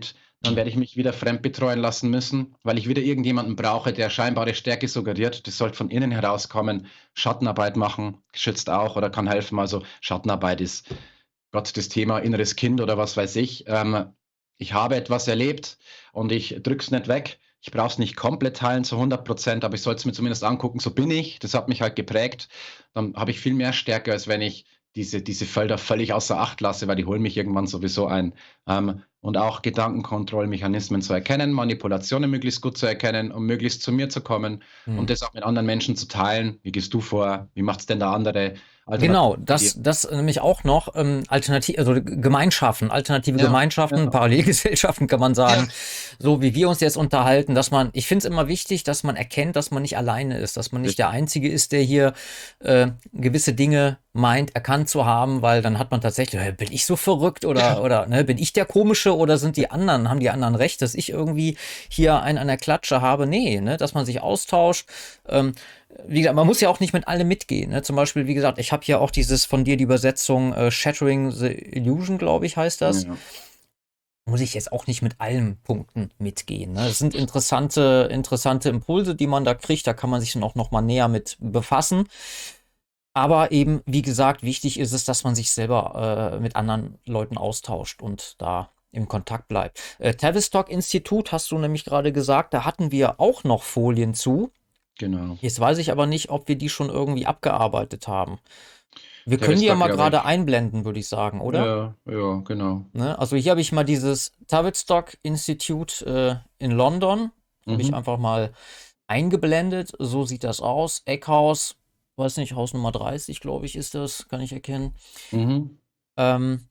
dann werde ich mich wieder fremdbetreuen lassen müssen, weil ich wieder irgendjemanden brauche, der scheinbare Stärke suggeriert. Das sollte von innen herauskommen. Schattenarbeit machen, schützt auch oder kann helfen. Also Schattenarbeit ist Gott das Thema inneres Kind oder was weiß ich. Ähm, ich habe etwas erlebt und ich drücke es nicht weg. Ich brauche es nicht komplett heilen zu hundert Prozent, aber ich soll es mir zumindest angucken, so bin ich. Das hat mich halt geprägt. Dann habe ich viel mehr Stärke, als wenn ich diese, diese Felder völlig außer Acht lasse, weil die holen mich irgendwann sowieso ein. Ähm, und auch Gedankenkontrollmechanismen zu erkennen, Manipulationen möglichst gut zu erkennen, um möglichst zu mir zu kommen Hm. und das auch mit anderen Menschen zu teilen. Wie gehst du vor? Wie macht es denn der andere? Genau, das, das nämlich auch noch, ähm, alternativ, also Gemeinschaften, alternative Ja, Gemeinschaften, ja. Parallelgesellschaften kann man sagen, Ja. so wie wir uns jetzt unterhalten, dass man, ich finde es immer wichtig, dass man erkennt, dass man nicht alleine ist, dass man nicht der Einzige ist, der hier äh, gewisse Dinge meint, erkannt zu haben, weil dann hat man tatsächlich, hey, bin ich so verrückt oder, Ja. oder ne, bin ich der Komische oder sind die anderen, haben die anderen recht, dass ich irgendwie hier einen an der Klatsche habe? Nee, ne, dass man sich austauscht, ähm, wie gesagt, man muss ja auch nicht mit allem mitgehen. Ne? Zum Beispiel, wie gesagt, ich habe hier auch dieses von dir die Übersetzung äh, Shattering the Illusion, glaube ich, heißt das. Ja. Muss ich jetzt auch nicht mit allen Punkten mitgehen. Ne? Das sind interessante, interessante Impulse, die man da kriegt. Da kann man sich dann auch noch mal näher mit befassen. Aber eben, wie gesagt, wichtig ist es, dass man sich selber äh, mit anderen Leuten austauscht und da im Kontakt bleibt. Äh, Tavistock Institut hast du nämlich gerade gesagt, da hatten wir auch noch Folien zu. Genau. Jetzt weiß ich aber nicht, ob wir die schon irgendwie abgearbeitet haben. Wir Der können die ja Tavistock, mal glaub gerade ich. einblenden, würde ich sagen, oder? Ja, ja, genau. Ne? Also hier habe ich mal dieses Tavistock Institute äh, in London. Habe ich Mhm. einfach mal eingeblendet. So sieht das aus. Eckhaus, weiß nicht, Haus Nummer dreißig, glaube ich, ist das. Kann ich erkennen. Mhm. Ähm,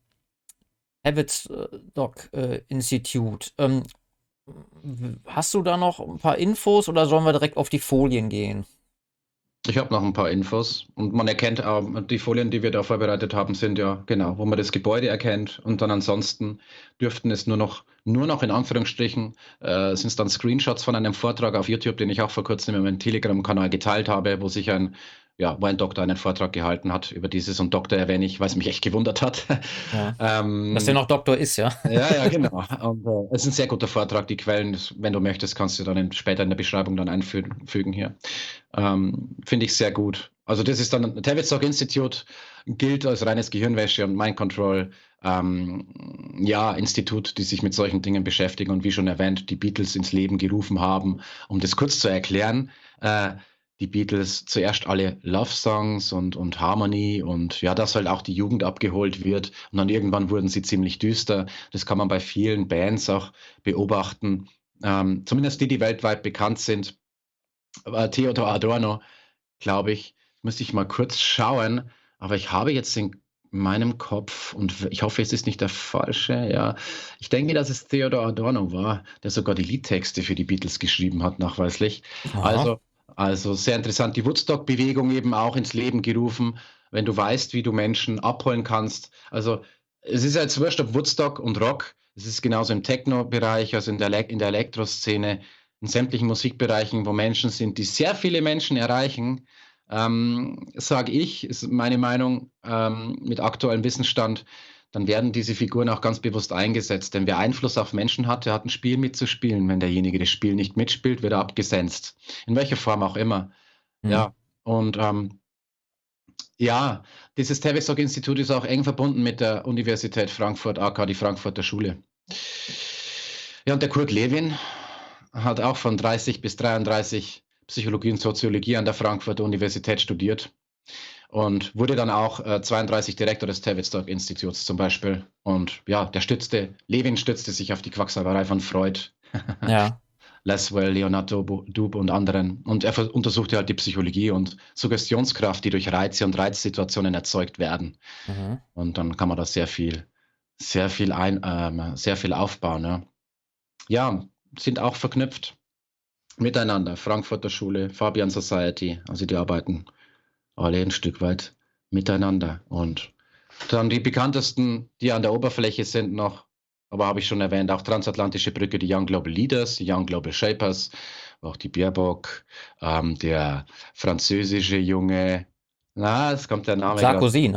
Tavistock äh, Institute. Ähm, hast du da noch ein paar Infos oder sollen wir direkt auf die Folien gehen? Ich habe noch ein paar Infos und man erkennt, ähm, die Folien, die wir da vorbereitet haben, sind ja genau, wo man das Gebäude erkennt und dann ansonsten dürften es nur noch, nur noch in Anführungsstrichen, äh, sind es dann Screenshots von einem Vortrag auf YouTube, den ich auch vor kurzem in meinem Telegram-Kanal geteilt habe, wo sich ein, ja, wo ein Doktor einen Vortrag gehalten hat über dieses und Doktor erwähne ich, weil es mich echt gewundert hat. Ja. ähm, Dass der noch Doktor ist, ja. Ja, ja, genau. Und, äh, es ist ein sehr guter Vortrag. Die Quellen, das- wenn du möchtest, kannst du dann in, später in der Beschreibung dann einfügen fügen hier. Ähm, finde ich sehr gut. Also das ist dann, Tavistock Institute gilt als reines Gehirnwäsche und Mind Control, ähm, ja, Institut, die sich mit solchen Dingen beschäftigen und wie schon erwähnt, die Beatles ins Leben gerufen haben. Um das kurz zu erklären, äh, die Beatles zuerst alle Love-Songs und, und Harmony und ja, dass halt auch die Jugend abgeholt wird und dann irgendwann wurden sie ziemlich düster. Das kann man bei vielen Bands auch beobachten. Ähm, zumindest die, die weltweit bekannt sind. Äh, Theodor Adorno, glaube ich, müsste ich mal kurz schauen, aber ich habe jetzt in meinem Kopf und ich hoffe, es ist nicht der falsche, ja. Ich denke, dass es Theodor Adorno war, der sogar die Liedtexte für die Beatles geschrieben hat, nachweislich. Aha. Also, also sehr interessant. Die Woodstock-Bewegung eben auch ins Leben gerufen, wenn du weißt, wie du Menschen abholen kannst. Also es ist jetzt wurscht, ob Woodstock und Rock, es ist genauso im Techno-Bereich, also in der, Le in der Elektroszene, in sämtlichen Musikbereichen, wo Menschen sind, die sehr viele Menschen erreichen, ähm, sage ich, ist meine Meinung ähm, mit aktuellem Wissensstand, dann werden diese Figuren auch ganz bewusst eingesetzt. Denn wer Einfluss auf Menschen hat, der hat ein Spiel mitzuspielen. Wenn derjenige das Spiel nicht mitspielt, wird er abgesenzt. In welcher Form auch immer. Hm. Ja, und ähm, ja, dieses Tavistock-Institut ist auch eng verbunden mit der Universität Frankfurt, aka die Frankfurter Schule. Ja, und der Kurt Lewin hat auch von dreißig bis dreiunddreißig Psychologie und Soziologie an der Frankfurter Universität studiert und wurde dann auch äh, zweiunddreißig Direktor des Tavistock-Instituts zum Beispiel. Und ja, der stützte, Lewin stützte sich auf die Quacksalberei von Freud, Ja. Laswell, Leonardo Dube und anderen. Und er untersuchte halt die Psychologie und Suggestionskraft, die durch Reize und Reizsituationen erzeugt werden. Mhm. Und dann kann man da sehr viel, sehr viel ein, ähm, sehr viel aufbauen. Ja. ja, sind auch verknüpft miteinander. Frankfurter Schule, Fabian Society, also die arbeiten alle ein Stück weit miteinander. Und dann die bekanntesten, die an der Oberfläche sind noch, aber habe ich schon erwähnt, auch Transatlantische Brücke, die Young Global Leaders, die Young Global Shapers, auch die Baerbock, ähm, der französische Junge, na, es kommt der Name gerade. Sarkozy, ne?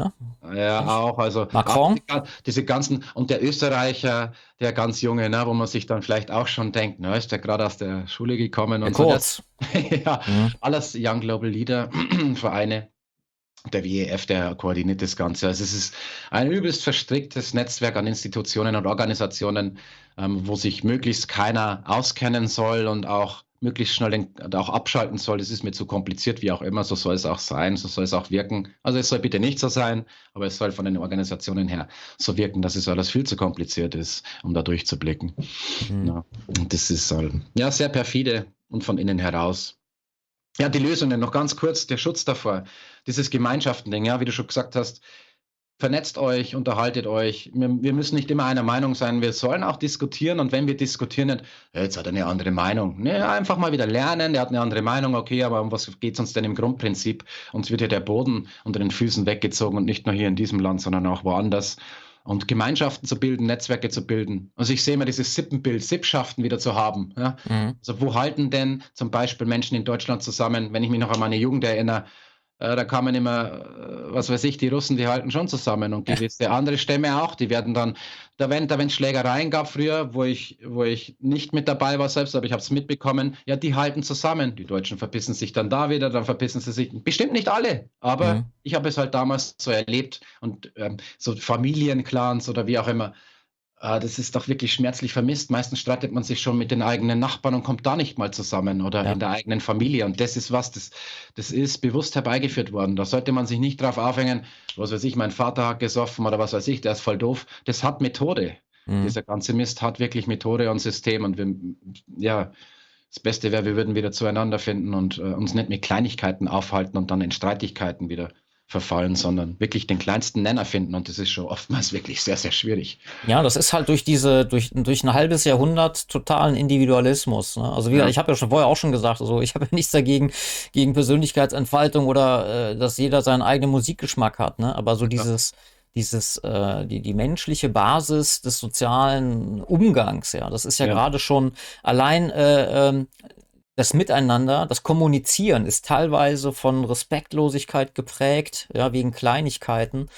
Ja, auch. Also auch Macron? diese, diese ganzen, und der Österreicher, der ganz junge, ne, wo man sich dann vielleicht auch schon denkt, na, ist der gerade aus der Schule gekommen Der und so. Das, Kurz. ja, Mhm. alles Young Global Leader Vereine. Der W E F, der koordiniert das Ganze. Also es ist ein übelst verstricktes Netzwerk an Institutionen und Organisationen, ähm, wo sich möglichst keiner auskennen soll und auch möglichst schnell den, auch abschalten soll. Das ist mir zu kompliziert, wie auch immer. So soll es auch sein, so soll es auch wirken. Also es soll bitte nicht so sein, aber es soll von den Organisationen her so wirken, dass es alles viel zu kompliziert ist, um da durchzublicken. Mhm. Ja, und das ist halt, ja, sehr perfide und von innen heraus. Ja, die Lösungen noch ganz kurz, der Schutz davor, dieses Gemeinschaften-Ding, ja, wie du schon gesagt hast, vernetzt euch, unterhaltet euch. Wir, wir müssen nicht immer einer Meinung sein, wir sollen auch diskutieren und wenn wir diskutieren, nicht, "Ja, jetzt hat er eine andere Meinung. Nee, einfach mal wieder lernen, der hat eine andere Meinung, okay, aber um was geht es uns denn im Grundprinzip? Uns wird ja der Boden unter den Füßen weggezogen und nicht nur hier in diesem Land, sondern auch woanders. Und Gemeinschaften zu bilden, Netzwerke zu bilden. Also ich sehe mal dieses Sippenbild, Sippschaften wieder zu haben. Ja? Mhm. Also wo halten denn zum Beispiel Menschen in Deutschland zusammen, wenn ich mich noch an meine Jugend erinnere, äh, da kamen immer, äh, was weiß ich, die Russen, die halten schon zusammen und gewisse andere Stämme auch, die werden dann, da wenn da wenn es Schlägereien gab früher, wo ich, wo ich nicht mit dabei war selbst, aber ich habe es mitbekommen, ja, die halten zusammen. Die Deutschen verpissen sich dann da wieder, dann verpissen sie sich, bestimmt nicht alle, aber Mhm. ich habe es halt damals so erlebt und ähm, so Familienclans oder wie auch immer. Ah, das ist doch wirklich schmerzlich vermisst. Meistens streitet man sich schon mit den eigenen Nachbarn und kommt da nicht mal zusammen oder Ja. in der eigenen Familie. Und das ist was, das, das ist bewusst herbeigeführt worden. Da sollte man sich nicht drauf aufhängen, was weiß ich, mein Vater hat gesoffen oder was weiß ich, der ist voll doof. Das hat Methode. Mhm. Dieser ganze Mist hat wirklich Methode und System. Und wir, ja, das Beste wäre, wir würden wieder zueinander finden und äh, uns nicht mit Kleinigkeiten aufhalten und dann in Streitigkeiten wieder verfallen, sondern wirklich den kleinsten Nenner finden. Und das ist schon oftmals wirklich sehr, sehr schwierig. Ja, das ist halt durch diese, durch, durch ein halbes Jahrhundert totalen Individualismus. Ne? Also wie gesagt, Ja, ich habe ja schon vorher auch schon gesagt, also ich habe ja nichts dagegen, gegen Persönlichkeitsentfaltung oder äh, dass jeder seinen eigenen Musikgeschmack hat, ne? Aber so ja, dieses, dieses, äh, die, die menschliche Basis des sozialen Umgangs, ja, das ist ja ja. gerade schon allein äh, ähm, das Miteinander, das Kommunizieren ist teilweise von Respektlosigkeit geprägt, ja, wegen Kleinigkeiten.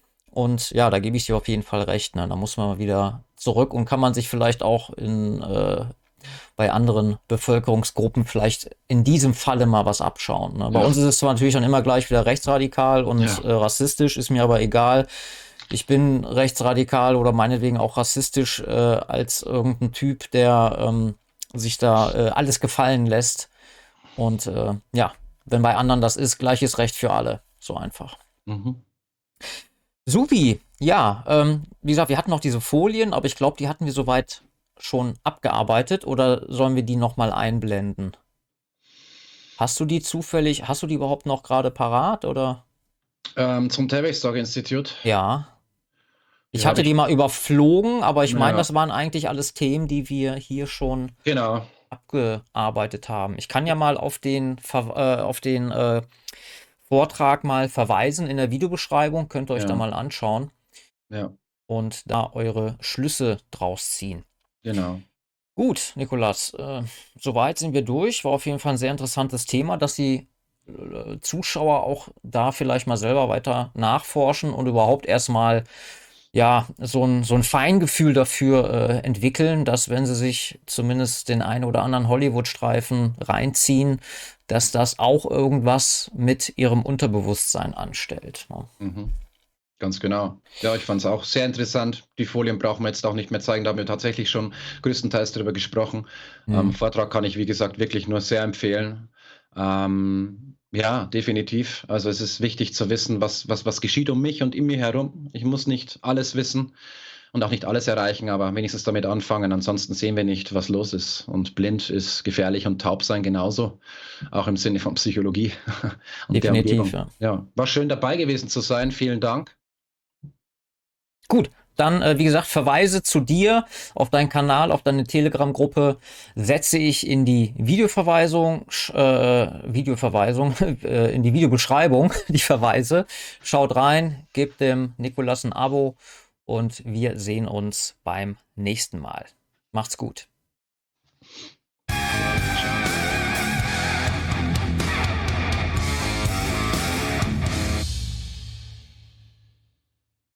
Und ja, da gebe ich dir auf jeden Fall recht. Ne? Da muss man mal wieder zurück und kann man sich vielleicht auch in, äh, bei anderen Bevölkerungsgruppen vielleicht in diesem Falle mal was abschauen. Ne? Bei Ja, uns ist es zwar natürlich dann immer gleich wieder rechtsradikal und ja, äh, rassistisch, ist mir aber egal. Ich bin rechtsradikal oder meinetwegen auch rassistisch äh, als irgendein Typ, der ähm, sich da äh, alles gefallen lässt. Und äh, ja, wenn bei anderen das ist, gleiches Recht für alle. So einfach. mhm. Supi, ja, ähm, wie gesagt, wir hatten noch diese Folien, aber ich glaube, die hatten wir soweit schon abgearbeitet oder sollen wir die nochmal einblenden? Hast du die zufällig, hast du die überhaupt noch gerade parat oder? Ähm, zum Tavistock-Institut. Ja, Die ich habe hatte die ich. mal überflogen, aber ich meine, Ja, das waren eigentlich alles Themen, die wir hier schon genau. abgearbeitet haben. Ich kann ja mal auf den, Ver äh, auf den äh, Vortrag mal verweisen in der Videobeschreibung, könnt ihr euch da Ja, mal anschauen ja, und da eure Schlüsse draus ziehen. genau. Gut, Nikolas, äh, soweit sind wir durch. War auf jeden Fall ein sehr interessantes Thema, dass die äh, Zuschauer auch da vielleicht mal selber weiter nachforschen und überhaupt erstmal ja so ein, so ein Feingefühl dafür äh, entwickeln, dass wenn sie sich zumindest den einen oder anderen Hollywood-Streifen reinziehen, dass das auch irgendwas mit ihrem Unterbewusstsein anstellt. Ne? Mhm. Ganz genau. Ja, ich fand es auch sehr interessant. Die Folien brauchen wir jetzt auch nicht mehr zeigen, da haben wir tatsächlich schon größtenteils darüber gesprochen. Hm. Ähm, Vortrag kann ich, wie gesagt, wirklich nur sehr empfehlen. Ähm, ja, definitiv. Also es ist wichtig zu wissen, was, was, was geschieht um mich und in mir herum. Ich muss nicht alles wissen und auch nicht alles erreichen, aber wenigstens damit anfangen. Ansonsten sehen wir nicht, was los ist. Und blind ist gefährlich und taub sein genauso, auch im Sinne von Psychologie und der Definitiv, Umgebung. ja. Ja, war schön dabei gewesen zu sein. Vielen Dank. Gut, dann, äh, wie gesagt, Verweise zu dir auf deinen Kanal, auf deine Telegram-Gruppe setze ich in die Videoverweisung, äh, Videoverweisung, äh, in die Videobeschreibung, die Verweise. Schaut rein, gebt dem Nikolas ein Abo und wir sehen uns beim nächsten Mal. Macht's gut. Ciao.